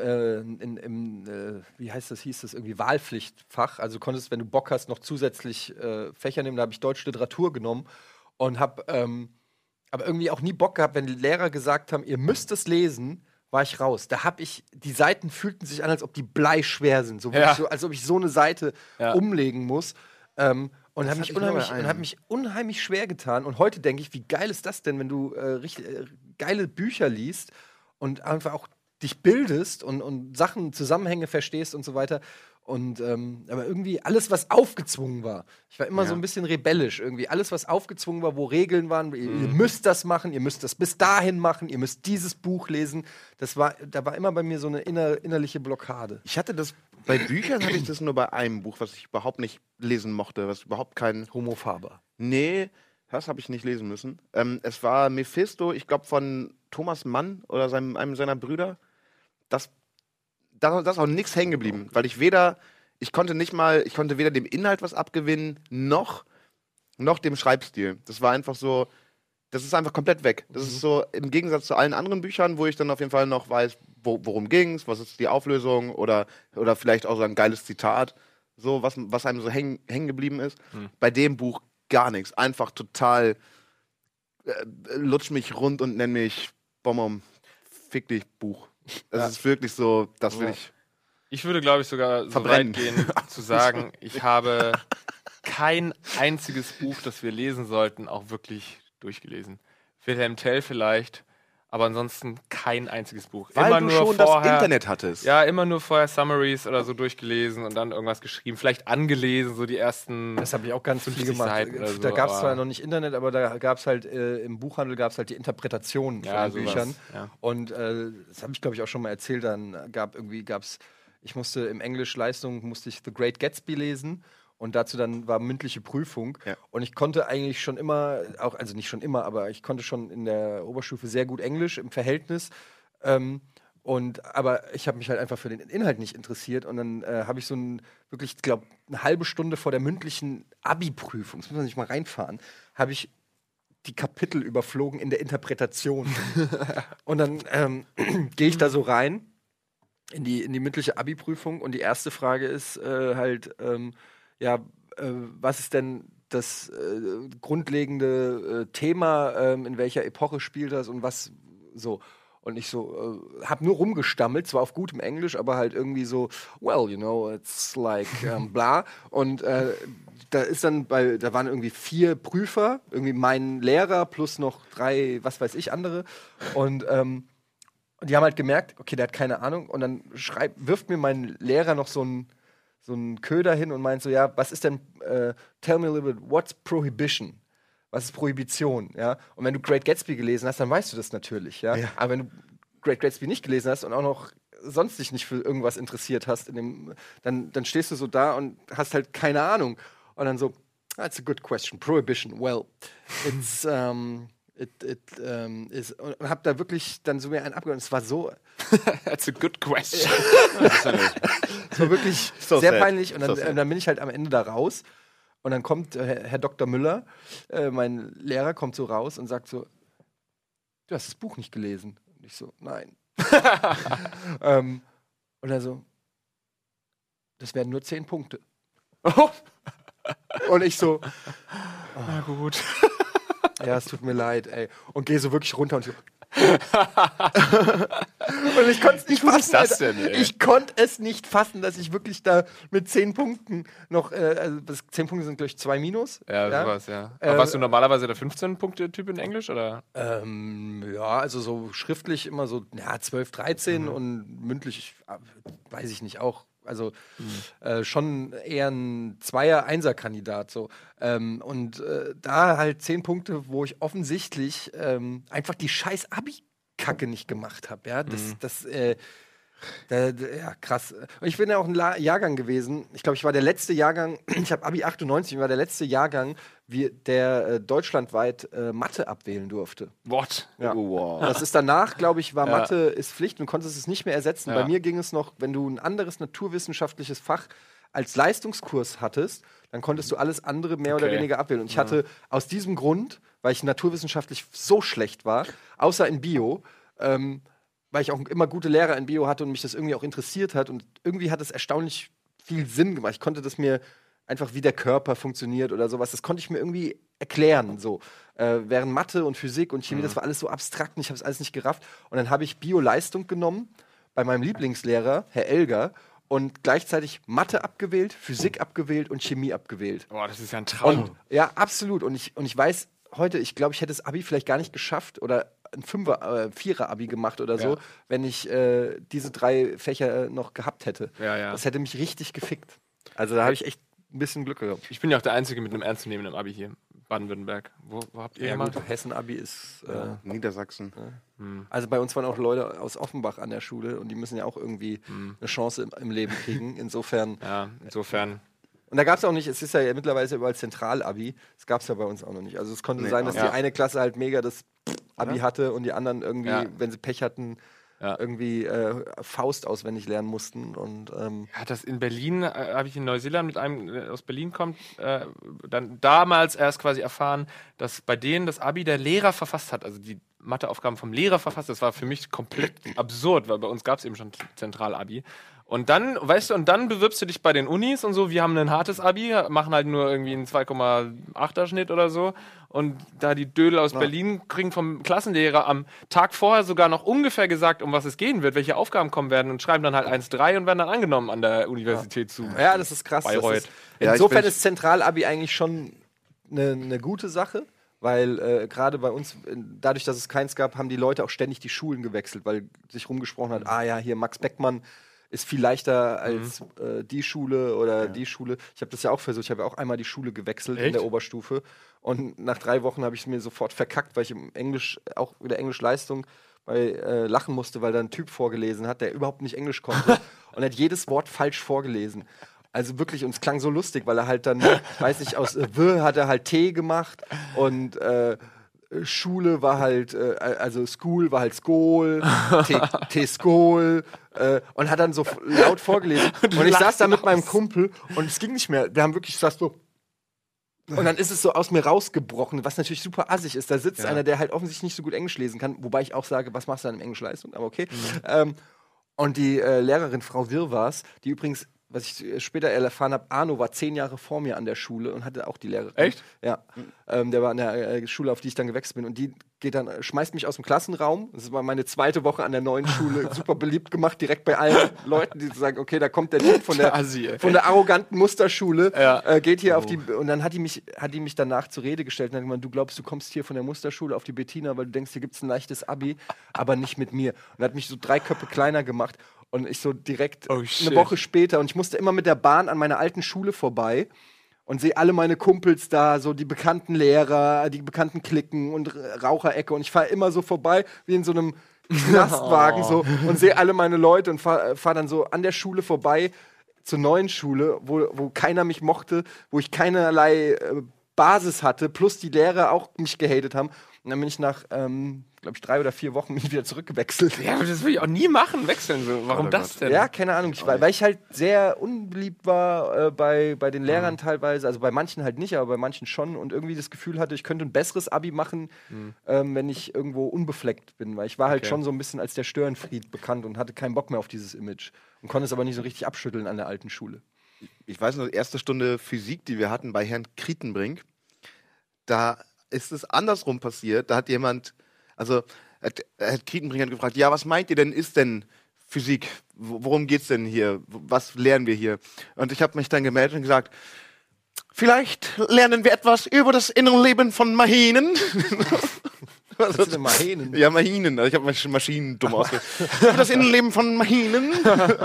wie hieß das irgendwie, Wahlpflichtfach. Also du konntest, wenn du Bock hast, noch zusätzlich Fächer nehmen. Da habe ich Deutsch Literatur genommen und habe aber irgendwie auch nie Bock gehabt, wenn die Lehrer gesagt haben, ihr müsst es lesen, war ich raus. Da habe ich, die Seiten fühlten sich an, als ob die bleischwer sind. So, so als ob ich so eine Seite umlegen muss. Und habe mich unheimlich schwer getan. Und heute denke ich, wie geil ist das denn, wenn du richtig geile Bücher liest und einfach auch dich bildest und Sachen, Zusammenhänge verstehst und so weiter. Und aber irgendwie alles, was aufgezwungen war. Ich war immer so ein bisschen rebellisch irgendwie. Alles, was aufgezwungen war, wo Regeln waren, ihr müsst das machen, ihr müsst das bis dahin machen, ihr müsst dieses Buch lesen. Da war immer bei mir so eine innerliche Blockade. Ich hatte das, bei Büchern hatte ich das nur bei einem Buch, was ich überhaupt nicht lesen mochte, was überhaupt kein... Homo Faber. Nee, das habe ich nicht lesen müssen. Es war Mephisto, ich glaube von Thomas Mann oder einem seiner Brüder. Da ist auch nichts hängen geblieben, weil ich konnte weder dem Inhalt was abgewinnen, noch dem Schreibstil. Das war einfach so, das ist einfach komplett weg. Das ist so im Gegensatz zu allen anderen Büchern, wo ich dann auf jeden Fall noch weiß, worum ging's, was ist die Auflösung oder vielleicht auch so ein geiles Zitat, so was einem so hängen geblieben ist. Bei dem Buch gar nichts. Einfach total lutsch mich rund und nenn mich Bonbon, fick dich Buch. Es ist wirklich so, das will ich. Ich würde, glaube ich, sogar so verbrennen. weit gehen, zu sagen, ich habe kein einziges Buch, das wir lesen sollten, auch wirklich durchgelesen. Wilhelm Tell vielleicht, aber ansonsten kein einziges Buch. Weil immer du nur schon vorher, das Internet hattest. Ja, immer nur vorher Summaries oder so durchgelesen und dann irgendwas geschrieben. Vielleicht angelesen, so die ersten. Das habe ich auch ganz viel 50 gemacht. Seiten oder Da so, gab es zwar aber- noch nicht Internet, aber da gab es halt im Buchhandel gab's halt die Interpretationen Ja, von den sowas, Büchern. ja. Und das habe ich, glaube ich, auch schon mal erzählt. Dann gab's, ich musste im Englisch-Leistung musste ich The Great Gatsby lesen. Und dazu dann war mündliche Prüfung. Ja. Und ich konnte eigentlich schon immer, also nicht schon immer, aber ich konnte schon in der Oberstufe sehr gut Englisch im Verhältnis. Aber ich habe mich halt einfach für den Inhalt nicht interessiert. Und dann habe ich wirklich, ich glaube, eine halbe Stunde vor der mündlichen Abi-Prüfung, das muss man sich mal reinfahren, habe ich die Kapitel überflogen in der Interpretation. Und dann gehe ich da so rein in die mündliche Abi-Prüfung und die erste Frage ist was ist denn das grundlegende Thema, in welcher Epoche spielt das und was so. Und ich so, hab nur rumgestammelt, zwar auf gutem Englisch, aber halt irgendwie so, well, you know, it's like bla. Und da waren irgendwie 4 Prüfer, irgendwie mein Lehrer plus noch 3, was weiß ich, andere. Und die haben halt gemerkt, okay, der hat keine Ahnung. Und dann wirft mir mein Lehrer noch so einen Köder hin und meint so, ja, was ist denn, tell me a little bit, what's prohibition? Was ist Prohibition, ja? Und wenn du Great Gatsby gelesen hast, dann weißt du das natürlich, ja? Aber wenn du Great Gatsby nicht gelesen hast und auch noch sonst dich nicht für irgendwas interessiert hast, dann stehst du so da und hast halt keine Ahnung. Und dann so, that's a good question. Prohibition, well, it's, und hab da wirklich dann so mir einen abgehört. Es war so, That's a good question. es war wirklich So sehr sad. peinlich. Und So dann, sad. dann bin ich halt am Ende da raus. Und dann kommt Herr Dr. Müller, mein Lehrer, kommt so raus und sagt so, du hast das Buch nicht gelesen. Und ich so, nein. Und er so, das werden nur 10 Punkte. Und ich so, Na gut. ja, es tut mir leid, ey. Und gehe so wirklich runter und so. Und ich konnte es nicht fassen. das Alter. denn, ey? Ich konnte es nicht fassen, dass ich wirklich da mit 10 Punkten noch, 10 Punkte sind, glaube ich, 2 Minus. Ja, sowas, ja. Aber warst du normalerweise der 15-Punkte-Typ in Englisch, oder? Ja, also so schriftlich immer so 12, 13 und mündlich, weiß ich nicht, auch. Also schon eher ein Zweier-, Einser-Kandidat. So. Da halt 10 Punkte, wo ich offensichtlich einfach die scheiß Abi-Kacke nicht gemacht habe. Ja? Ja, krass. Und ich bin ja auch ein Jahrgang gewesen. Ich glaube, ich war der letzte Jahrgang, ich habe Abi 98, ich war der letzte Jahrgang, der deutschlandweit Mathe abwählen durfte. What? Ja. Oh, wow. Das ist danach, glaube ich, war Ja. Mathe ist Pflicht und konntest es nicht mehr ersetzen. Ja. Bei mir ging es noch, wenn du ein anderes naturwissenschaftliches Fach als Leistungskurs hattest, dann konntest du alles andere mehr oder Okay. weniger abwählen. Und ich hatte aus diesem Grund, weil ich naturwissenschaftlich so schlecht war, außer in Bio, weil ich auch immer gute Lehrer in Bio hatte und mich das irgendwie auch interessiert hat und irgendwie hat es erstaunlich viel Sinn gemacht. Ich konnte das mir einfach, wie der Körper funktioniert oder sowas, das konnte ich mir irgendwie erklären. So. Während Mathe und Physik und Chemie, das war alles so abstrakt und ich habe es alles nicht gerafft. Und dann habe ich Bio-Leistung genommen bei meinem Lieblingslehrer, Herr Elger, und gleichzeitig Mathe abgewählt, Physik abgewählt und Chemie abgewählt. Boah, das ist ja ein Traum. Ja, absolut. Und ich weiß heute, ich glaube, ich hätte das Abi vielleicht gar nicht geschafft oder ein Vierer-Abi gemacht oder so, Ja. wenn ich diese 3 Fächer noch gehabt hätte. Ja. Das hätte mich richtig gefickt. Also da habe ich echt ein bisschen Glück gehabt. Ich bin ja auch der Einzige mit einem ernstzunehmenden Abi hier. Baden-Württemberg. Wo habt ihr gemacht? Hessen-Abi ist. Niedersachsen. Also bei uns waren auch Leute aus Offenbach an der Schule und die müssen ja auch irgendwie eine Chance im Leben kriegen. Insofern. Ja, insofern. Und da gab es auch nicht, es ist ja mittlerweile überall Zentral-Abi. Das gab es ja bei uns auch noch nicht. Also es konnte sein, dass die eine Klasse halt mega das Abi hatte und die anderen irgendwie, wenn sie Pech hatten, irgendwie Faust auswendig lernen mussten. Und, Ja, das in Berlin, habe ich in Neuseeland mit einem, der aus Berlin kommt, dann damals erst quasi erfahren, dass bei denen das Abi der Lehrer verfasst hat. Also die Matheaufgaben vom Lehrer verfasst. Das war für mich komplett absurd, weil bei uns gab es eben schon Zentral-Abi. Und dann, weißt du, und dann bewirbst du dich bei den Unis und so, wir haben ein hartes Abi, machen halt nur irgendwie einen 2,8er Schnitt oder so. Und da die Dödel aus Berlin kriegen vom Klassenlehrer am Tag vorher sogar noch ungefähr gesagt, um was es gehen wird, welche Aufgaben kommen werden und schreiben dann halt 1,3 und werden dann angenommen an der Universität zu. Ja, das ist krass. Bayreuth. Insofern ist Zentral-Abi eigentlich schon eine gute Sache. Weil gerade bei uns, dadurch, dass es keins gab, haben die Leute auch ständig die Schulen gewechselt, weil sich rumgesprochen hat, hier Max Beckmann ist viel leichter als die Schule oder die Schule. Ich habe das ja auch versucht, ich habe ja auch einmal die Schule gewechselt in der Oberstufe und nach 3 Wochen habe ich es mir sofort verkackt, weil ich im Englisch, auch in der Englischleistung lachen musste, weil da ein Typ vorgelesen hat, der überhaupt nicht Englisch konnte und hat jedes Wort falsch vorgelesen. Also wirklich, und es klang so lustig, weil er halt dann, weiß nicht, aus W hat er halt T gemacht und Schule war halt, also School war halt Skol, T-Skol und hat dann so laut vorgelesen. Und ich saß da mit meinem Kumpel und es ging nicht mehr. Wir haben wirklich, ich saß so. Und dann ist es so aus mir rausgebrochen, was natürlich super assig ist. Da sitzt einer, der halt offensichtlich nicht so gut Englisch lesen kann, wobei ich auch sage, was machst du dann in Englischleistung? Aber okay. Und die Lehrerin, Frau Wirr war's, die übrigens, was ich später erfahren habe, Arno war 10 Jahre vor mir an der Schule und hatte auch die Lehrerin. Echt? Ja. Der war an der Schule, auf die ich dann gewechselt bin. Und die schmeißt mich aus dem Klassenraum. Das war meine 2. Woche an der neuen Schule. Super beliebt gemacht, direkt bei allen Leuten, die sagen, okay, da kommt der Typ von der arroganten Musterschule, geht hier auf die. Und dann hat die mich danach zur Rede gestellt und hat gesagt, du glaubst, du kommst hier von der Musterschule auf die Bettina, weil du denkst, hier gibt's ein leichtes Abi, aber nicht mit mir. Und hat mich so 3 Köpfe kleiner gemacht. Und ich so direkt eine Woche später, und ich musste immer mit der Bahn an meiner alten Schule vorbei und sehe alle meine Kumpels da, so die bekannten Lehrer, die bekannten Cliquen und Raucherecke. Und ich fahre immer so vorbei, wie in so einem Knastwagen so, und sehe alle meine Leute und fahr dann so an der Schule vorbei zur neuen Schule, wo keiner mich mochte, wo ich keinerlei Basis hatte, plus die Lehrer auch mich gehatet haben. Und dann bin ich nach, glaube ich, 3 oder 4 Wochen wieder zurückgewechselt. Ja, aber das will ich auch nie machen, wechseln. So. Warum das denn? Ja, keine Ahnung. Weil ich halt sehr unbeliebt war bei den Lehrern teilweise. Also bei manchen halt nicht, aber bei manchen schon. Und irgendwie das Gefühl hatte, ich könnte ein besseres Abi machen, wenn ich irgendwo unbefleckt bin. Weil ich war halt schon so ein bisschen als der Störenfried bekannt und hatte keinen Bock mehr auf dieses Image. Und konnte es aber nicht so richtig abschütteln an der alten Schule. Ich weiß noch, die erste Stunde Physik, die wir hatten bei Herrn Krietenbrink, da ist es andersrum passiert. Da hat jemand, Herr Krietenbrink hat gefragt, ja, was meint ihr denn, ist denn Physik? Worum geht's denn hier? Was lernen wir hier? Und ich habe mich dann gemeldet und gesagt, vielleicht lernen wir etwas über das Innenleben von Maschinen. Was ist denn Maschinen? Ja, Maschinen. Ich habe Maschinen dumm ausgedrückt. Das Innenleben von Maschinen.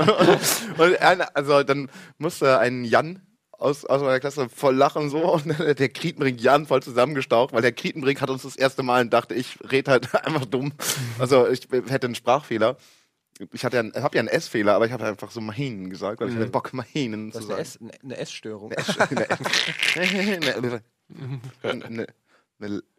Also dann musste ein Jan aus meiner Klasse voll lachen so und der Krietenbrink Jan voll zusammengestaucht, weil der Krietenbrink hat uns das erste Mal und dachte, ich rede halt einfach dumm. Also ich hätte einen Sprachfehler. Ich habe ja einen S-Fehler, aber ich habe einfach so Maschinen gesagt, weil ich hatte Bock, Maschinen zu sagen. Eine Essstörung. Eine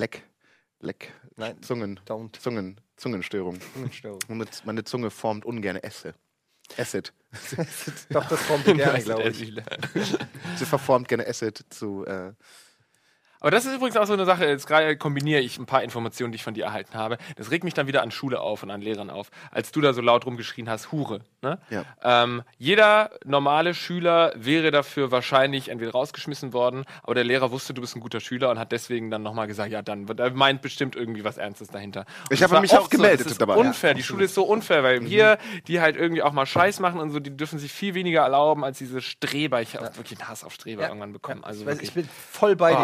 Nein, Zungenstörung. Meine Zunge formt ungern Acid. Doch, das formt die gerne, glaube ich. Sie verformt gerne Acid zu. Aber das ist übrigens auch so eine Sache, jetzt gerade kombiniere ich ein paar Informationen, die ich von dir erhalten habe. Das regt mich dann wieder an Schule auf und an Lehrern auf, als du da so laut rumgeschrien hast, Hure. Ne? Ja. Jeder normale Schüler wäre dafür wahrscheinlich entweder rausgeschmissen worden, aber der Lehrer wusste, du bist ein guter Schüler und hat deswegen dann nochmal gesagt, ja, dann meint bestimmt irgendwie was Ernstes dahinter. Und ich habe mich auch gemeldet das ist dabei. Unfair, die Schule ist so unfair, weil wir, die halt irgendwie auch mal Scheiß machen und so, die dürfen sich viel weniger erlauben als diese Streber. Ich habe wirklich einen Hass auf Streber irgendwann bekommen. Also ich bin voll bei dir.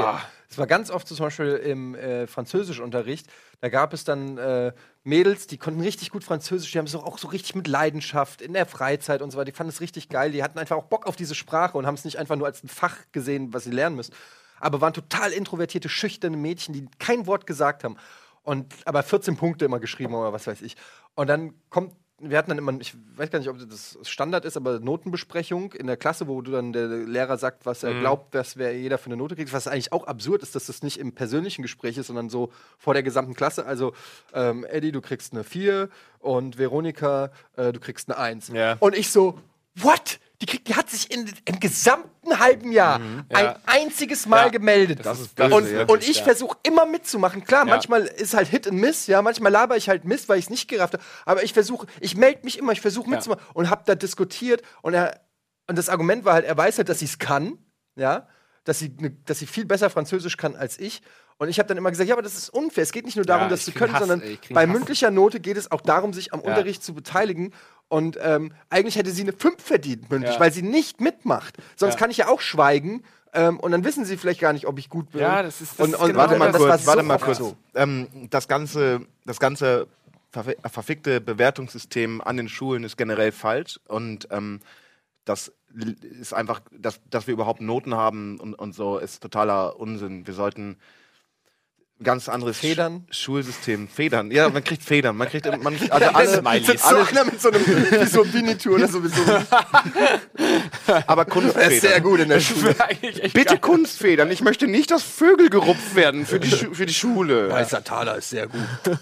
Es war ganz oft so, zum Beispiel im Französischunterricht, da gab es dann Mädels, die konnten richtig gut Französisch, die haben es auch so richtig mit Leidenschaft in der Freizeit und so weiter, die fanden es richtig geil, die hatten einfach auch Bock auf diese Sprache und haben es nicht einfach nur als ein Fach gesehen, was sie lernen müssen, aber waren total introvertierte, schüchterne Mädchen, die kein Wort gesagt haben. Aber 14 Punkte immer geschrieben oder was weiß ich. Und dann wir hatten dann immer, ich weiß gar nicht, ob das Standard ist, aber Notenbesprechung in der Klasse, wo der Lehrer sagt, was er glaubt, was jeder für eine Note kriegt, was eigentlich auch absurd ist, dass das nicht im persönlichen Gespräch ist, sondern so vor der gesamten Klasse. Also, Eddie, du kriegst eine 4 und Veronika, du kriegst eine 1. Ja. Und ich so, what? Die hat sich im gesamten halben Jahr ein einziges Mal gemeldet. Das ist böse, und ich versuche immer mitzumachen. Klar, manchmal ist halt Hit and Miss, ja, manchmal laber ich halt Mist, weil ich es nicht gerafft habe. Aber ich melde mich immer, ich versuche mitzumachen und habe da diskutiert. Und das Argument war halt, er weiß halt, dass sie es kann, ja, dass sie viel besser Französisch kann als ich. Und ich habe dann immer gesagt, ja, aber das ist unfair. Es geht nicht nur darum, das zu können, sondern bei mündlicher Note geht es auch darum, sich am Unterricht zu beteiligen. Und eigentlich hätte sie eine 5 verdient, mündlich, weil sie nicht mitmacht. Sonst kann ich ja auch schweigen. Und dann wissen sie vielleicht gar nicht, ob ich gut bin. Ja, das ist und genau Warte mal das kurz. So. Das ganze verfickte Bewertungssystem an den Schulen ist generell falsch. Und das ist einfach, dass wir überhaupt Noten haben und so, ist totaler Unsinn. Wir sollten ganz anderes Schulsystem. Federn. Ja, man kriegt Federn. Man kriegt also alle Smileys. Alles mit so einem wie so ein Winnetou oder so. Aber Kunstfedern. Er ist sehr gut in der Schule. Bitte Kunstfedern. Ich möchte nicht, dass Vögel gerupft werden für die Schule. Weißer Taler ist sehr gut.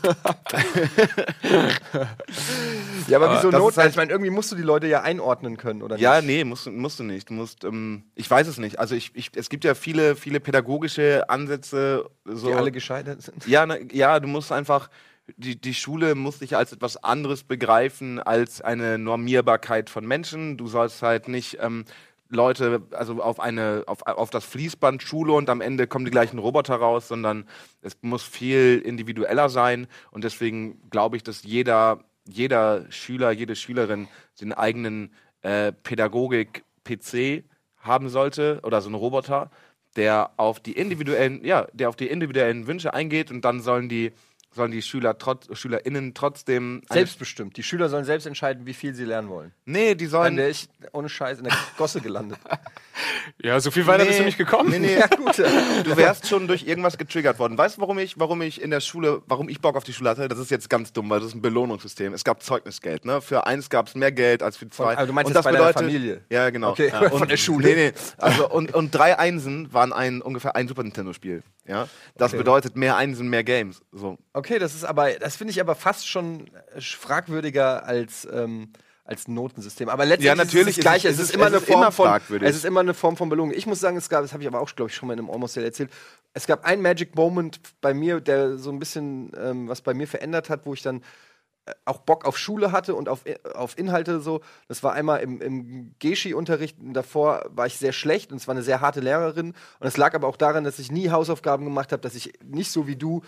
Ja, aber wieso das Noten? ist halt- Ich meine, irgendwie musst du die Leute ja einordnen können, oder nicht? Ja, nee, musst du nicht. Du musst, ich weiß es nicht. Also es gibt ja viele pädagogische Ansätze, so, Die alle gescheitert sind. Ja, du musst einfach, die Schule muss dich als etwas anderes begreifen, als eine Normierbarkeit von Menschen. Du sollst halt nicht Leute, also auf das Fließband Schule und am Ende kommen die gleichen Roboter raus, sondern es muss viel individueller sein. Und deswegen glaube ich, dass jeder Schüler, jede Schülerin den eigenen Pädagogik-PC haben sollte oder so einen Roboter, der auf die individuellen Wünsche eingeht und dann sollen die SchülerInnen trotzdem Selbstbestimmt. Die Schüler sollen selbst entscheiden, wie viel sie lernen wollen. Nee, die Dann sollen. wäre ich ohne Scheiß in der Gosse gelandet. Ja, so viel weiter bist du nicht gekommen. Nee. Ja, gut. Du wärst schon durch irgendwas getriggert worden. Weißt du, warum ich in der Schule, warum ich Bock auf die Schule hatte? Das ist jetzt ganz dumm, weil das ist ein Belohnungssystem. Es gab Zeugnisgeld, ne? Für 1 gab es mehr Geld als für 2. Also du meinst und jetzt das bei deiner bedeutet, Familie? Ja, genau. Okay, ja. von der Schule. Nee. Also und 3 Einsen waren ungefähr ein Super Nintendo-Spiel. Ja? Das Okay. bedeutet mehr Einsen, mehr Games. So. Okay, das finde ich aber fast schon fragwürdiger als ein Notensystem. Aber letztendlich Ja, natürlich ist es das Gleiche. ist Es ist immer eine immer Form von fragwürdig. Es ist immer eine Form von Belohnung. Ich muss sagen, das habe ich aber auch, glaube ich, schon mal in einem Almost Daily erzählt. Es gab einen Magic Moment bei mir, der so ein bisschen was bei mir verändert hat, wo ich dann auch Bock auf Schule hatte und auf Inhalte so. Das war einmal im Geschi-Unterricht. Davor war ich sehr schlecht und es war eine sehr harte Lehrerin. Und es lag aber auch daran, dass ich nie Hausaufgaben gemacht habe, dass ich nicht so wie du,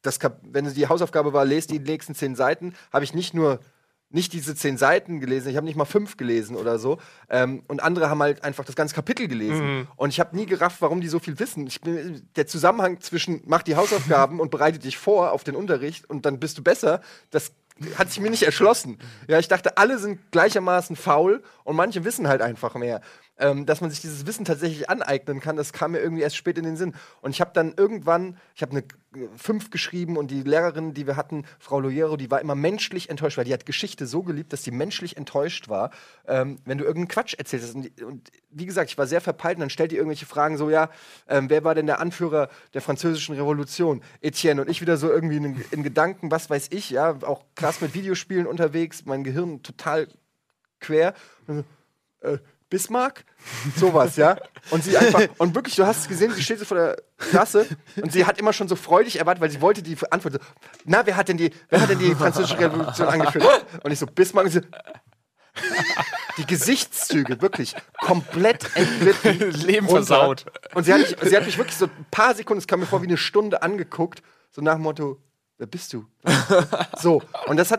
wenn die Hausaufgabe war, lest die nächsten 10 Seiten, habe ich nicht diese 10 Seiten gelesen, ich habe nicht mal 5 gelesen oder so. Und andere haben halt einfach das ganze Kapitel gelesen. Und ich habe nie gerafft, warum die so viel wissen. Der Zusammenhang zwischen mach die Hausaufgaben und bereite dich vor auf den Unterricht und dann bist du besser, das hat sich mir nicht erschlossen. Ja, ich dachte, alle sind gleichermaßen faul und manche wissen halt einfach mehr. Dass man sich dieses Wissen tatsächlich aneignen kann, das kam mir irgendwie erst spät in den Sinn. Und ich habe dann irgendwann, ich habe eine 5 geschrieben und die Lehrerin, die wir hatten, Frau Loyero, die war immer menschlich enttäuscht, weil die hat Geschichte so geliebt, dass sie menschlich enttäuscht war, wenn du irgendeinen Quatsch erzählt hast. Und wie gesagt, ich war sehr verpeilt und dann stellt die irgendwelche Fragen so, ja, wer war denn der Anführer der französischen Revolution? Etienne. Und ich wieder so irgendwie in Gedanken, was weiß ich, ja, auch krass mit Videospielen unterwegs, mein Gehirn total quer. Und so, Bismarck? Sowas, ja? Und sie einfach, und wirklich, du hast es gesehen, sie steht so vor der Klasse und sie hat immer schon so freudig erwartet, weil sie wollte die Antwort so, na, wer hat denn die französische Revolution angeführt? Und ich so, Bismarck, und sie, die Gesichtszüge, wirklich, komplett entglitten. Leben versaut. Und sie hat mich wirklich so ein paar Sekunden, es kam mir vor wie eine Stunde angeguckt, so nach dem Motto, wer bist du? So, und das hat mir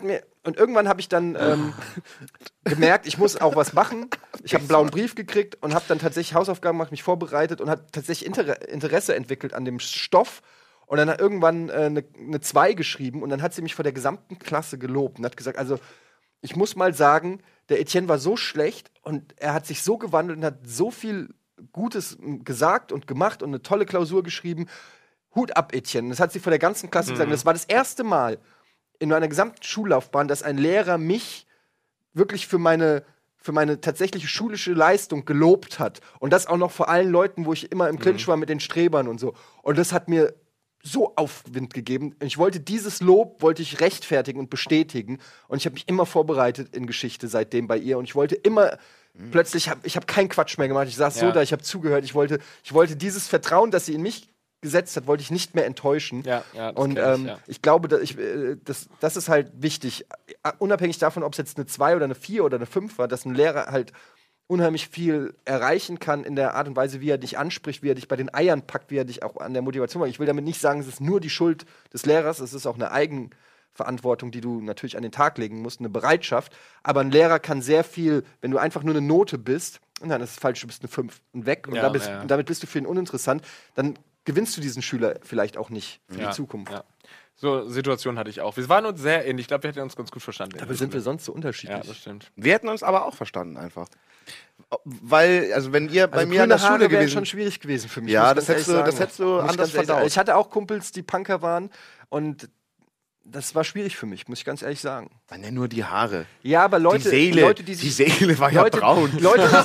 Und irgendwann habe ich dann gemerkt, ich muss auch was machen. Ich habe einen blauen Brief gekriegt und habe dann tatsächlich Hausaufgaben gemacht, mich vorbereitet und habe tatsächlich Interesse entwickelt an dem Stoff. Und dann hat irgendwann eine 2 geschrieben und dann hat sie mich vor der gesamten Klasse gelobt und hat gesagt, also ich muss mal sagen, der Etienne war so schlecht und er hat sich so gewandelt und hat so viel Gutes gesagt und gemacht und eine tolle Klausur geschrieben. Hut ab, Etienne. Das hat sie vor der ganzen Klasse gesagt. Und das war das erste Mal in meiner gesamten Schullaufbahn, dass ein Lehrer mich wirklich für meine tatsächliche schulische Leistung gelobt hat. Und das auch noch vor allen Leuten, wo ich immer im Clinch war mit den Strebern und so. Und das hat mir so Aufwind gegeben. Ich wollte dieses Lob rechtfertigen und bestätigen. Und ich habe mich immer vorbereitet in Geschichte seitdem bei ihr. Und ich wollte immer plötzlich, ich habe keinen Quatsch mehr gemacht. Ich saß so da, ich habe zugehört. Ich wollte dieses Vertrauen, das sie in mich gesetzt hat, wollte ich nicht mehr enttäuschen. Ja, und ich glaube, das ist halt wichtig. Unabhängig davon, ob es jetzt eine 2 oder eine 4 oder eine 5 war, dass ein Lehrer halt unheimlich viel erreichen kann in der Art und Weise, wie er dich anspricht, wie er dich bei den Eiern packt, wie er dich auch an der Motivation macht. Ich will damit nicht sagen, es ist nur die Schuld des Lehrers, es ist auch eine Eigenverantwortung, die du natürlich an den Tag legen musst, eine Bereitschaft. Aber ein Lehrer kann sehr viel, wenn du einfach nur eine Note bist, nein, das ist falsch, du bist eine 5 und weg und damit bist du für ihn uninteressant, dann gewinnst du diesen Schüler vielleicht auch nicht für die Zukunft. Ja. So Situationen hatte ich auch. Wir waren uns sehr ähnlich. Ich glaube, wir hätten uns ganz gut verstanden. Dabei sind wir sonst so unterschiedlich. Ja, das stimmt. Wir hätten uns aber auch verstanden einfach. Weil, also wenn ihr bei mir an der grüne Haare Schule wären gewesen schon schwierig gewesen für mich. Ja, muss das ich ganz hättest du ehrlich sagen. anders Muss ich ganz ehrlich sagen. verdaut. Ich hatte auch Kumpels, die Punker waren und das war schwierig für mich, muss ich ganz ehrlich sagen. Waren ja nur die Haare. Ja, aber Leute, Die Seele war ja braun. Leute, die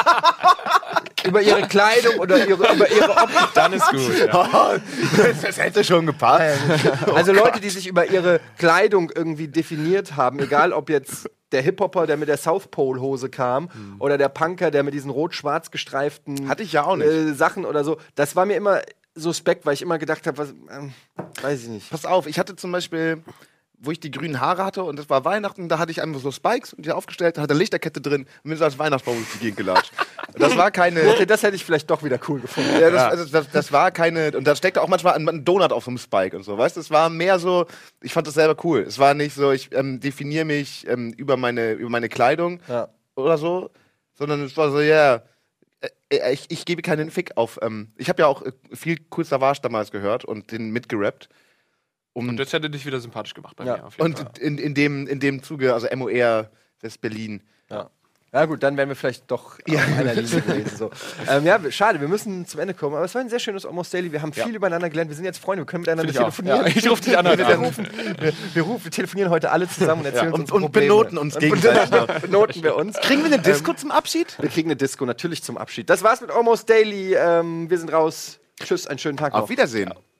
sich über ihre Kleidung oder über ihre Optik. Dann ist gut. Ja. Das hätte schon gepasst. Also Leute, die sich über ihre Kleidung irgendwie definiert haben, egal ob jetzt der Hip-Hopper, der mit der South Pole-Hose kam, oder der Punker, der mit diesen rot-schwarz gestreiften Hatte ich ja auch nicht. Sachen oder so. Das war mir immer suspekt, weil ich immer gedacht habe, weiß ich nicht. Pass auf, ich hatte zum Beispiel, wo ich die grünen Haare hatte und das war Weihnachten, da hatte ich einfach so Spikes und die aufgestellt, da hatte Lichterkette drin und bin so als Weihnachtsbaum durch die Gegend gelatscht. Das war keine. Okay, das hätte ich vielleicht doch wieder cool gefunden. Ja, das war keine. Und da steckte auch manchmal ein Donut auf so einem Spike und so, weißt du? Es war mehr so, ich fand das selber cool. Es war nicht so, ich definiere mich über meine Kleidung oder so, sondern es war so, ja. Ich gebe keinen Fick auf. Ich habe ja auch viel Cool Savage damals gehört und den mitgerappt. Und das hätte dich wieder sympathisch gemacht bei mir. Auf und jeden Fall. in dem Zuge, also MOR West-Berlin. Ja gut, dann wären wir vielleicht doch auf einer Linie gewesen. So. Schade, wir müssen zum Ende kommen. Aber es war ein sehr schönes Almost Daily. Wir haben viel übereinander gelernt. Wir sind jetzt Freunde, wir können miteinander telefonieren. Ja, ich rufe dich an. Wir telefonieren heute alle zusammen und erzählen uns und benoten uns gegenseitig. Benoten wir uns. Kriegen wir eine Disco zum Abschied? Wir kriegen eine Disco natürlich zum Abschied. Das war's mit Almost Daily. Wir sind raus. Tschüss, einen schönen Tag noch. Auf Wiedersehen.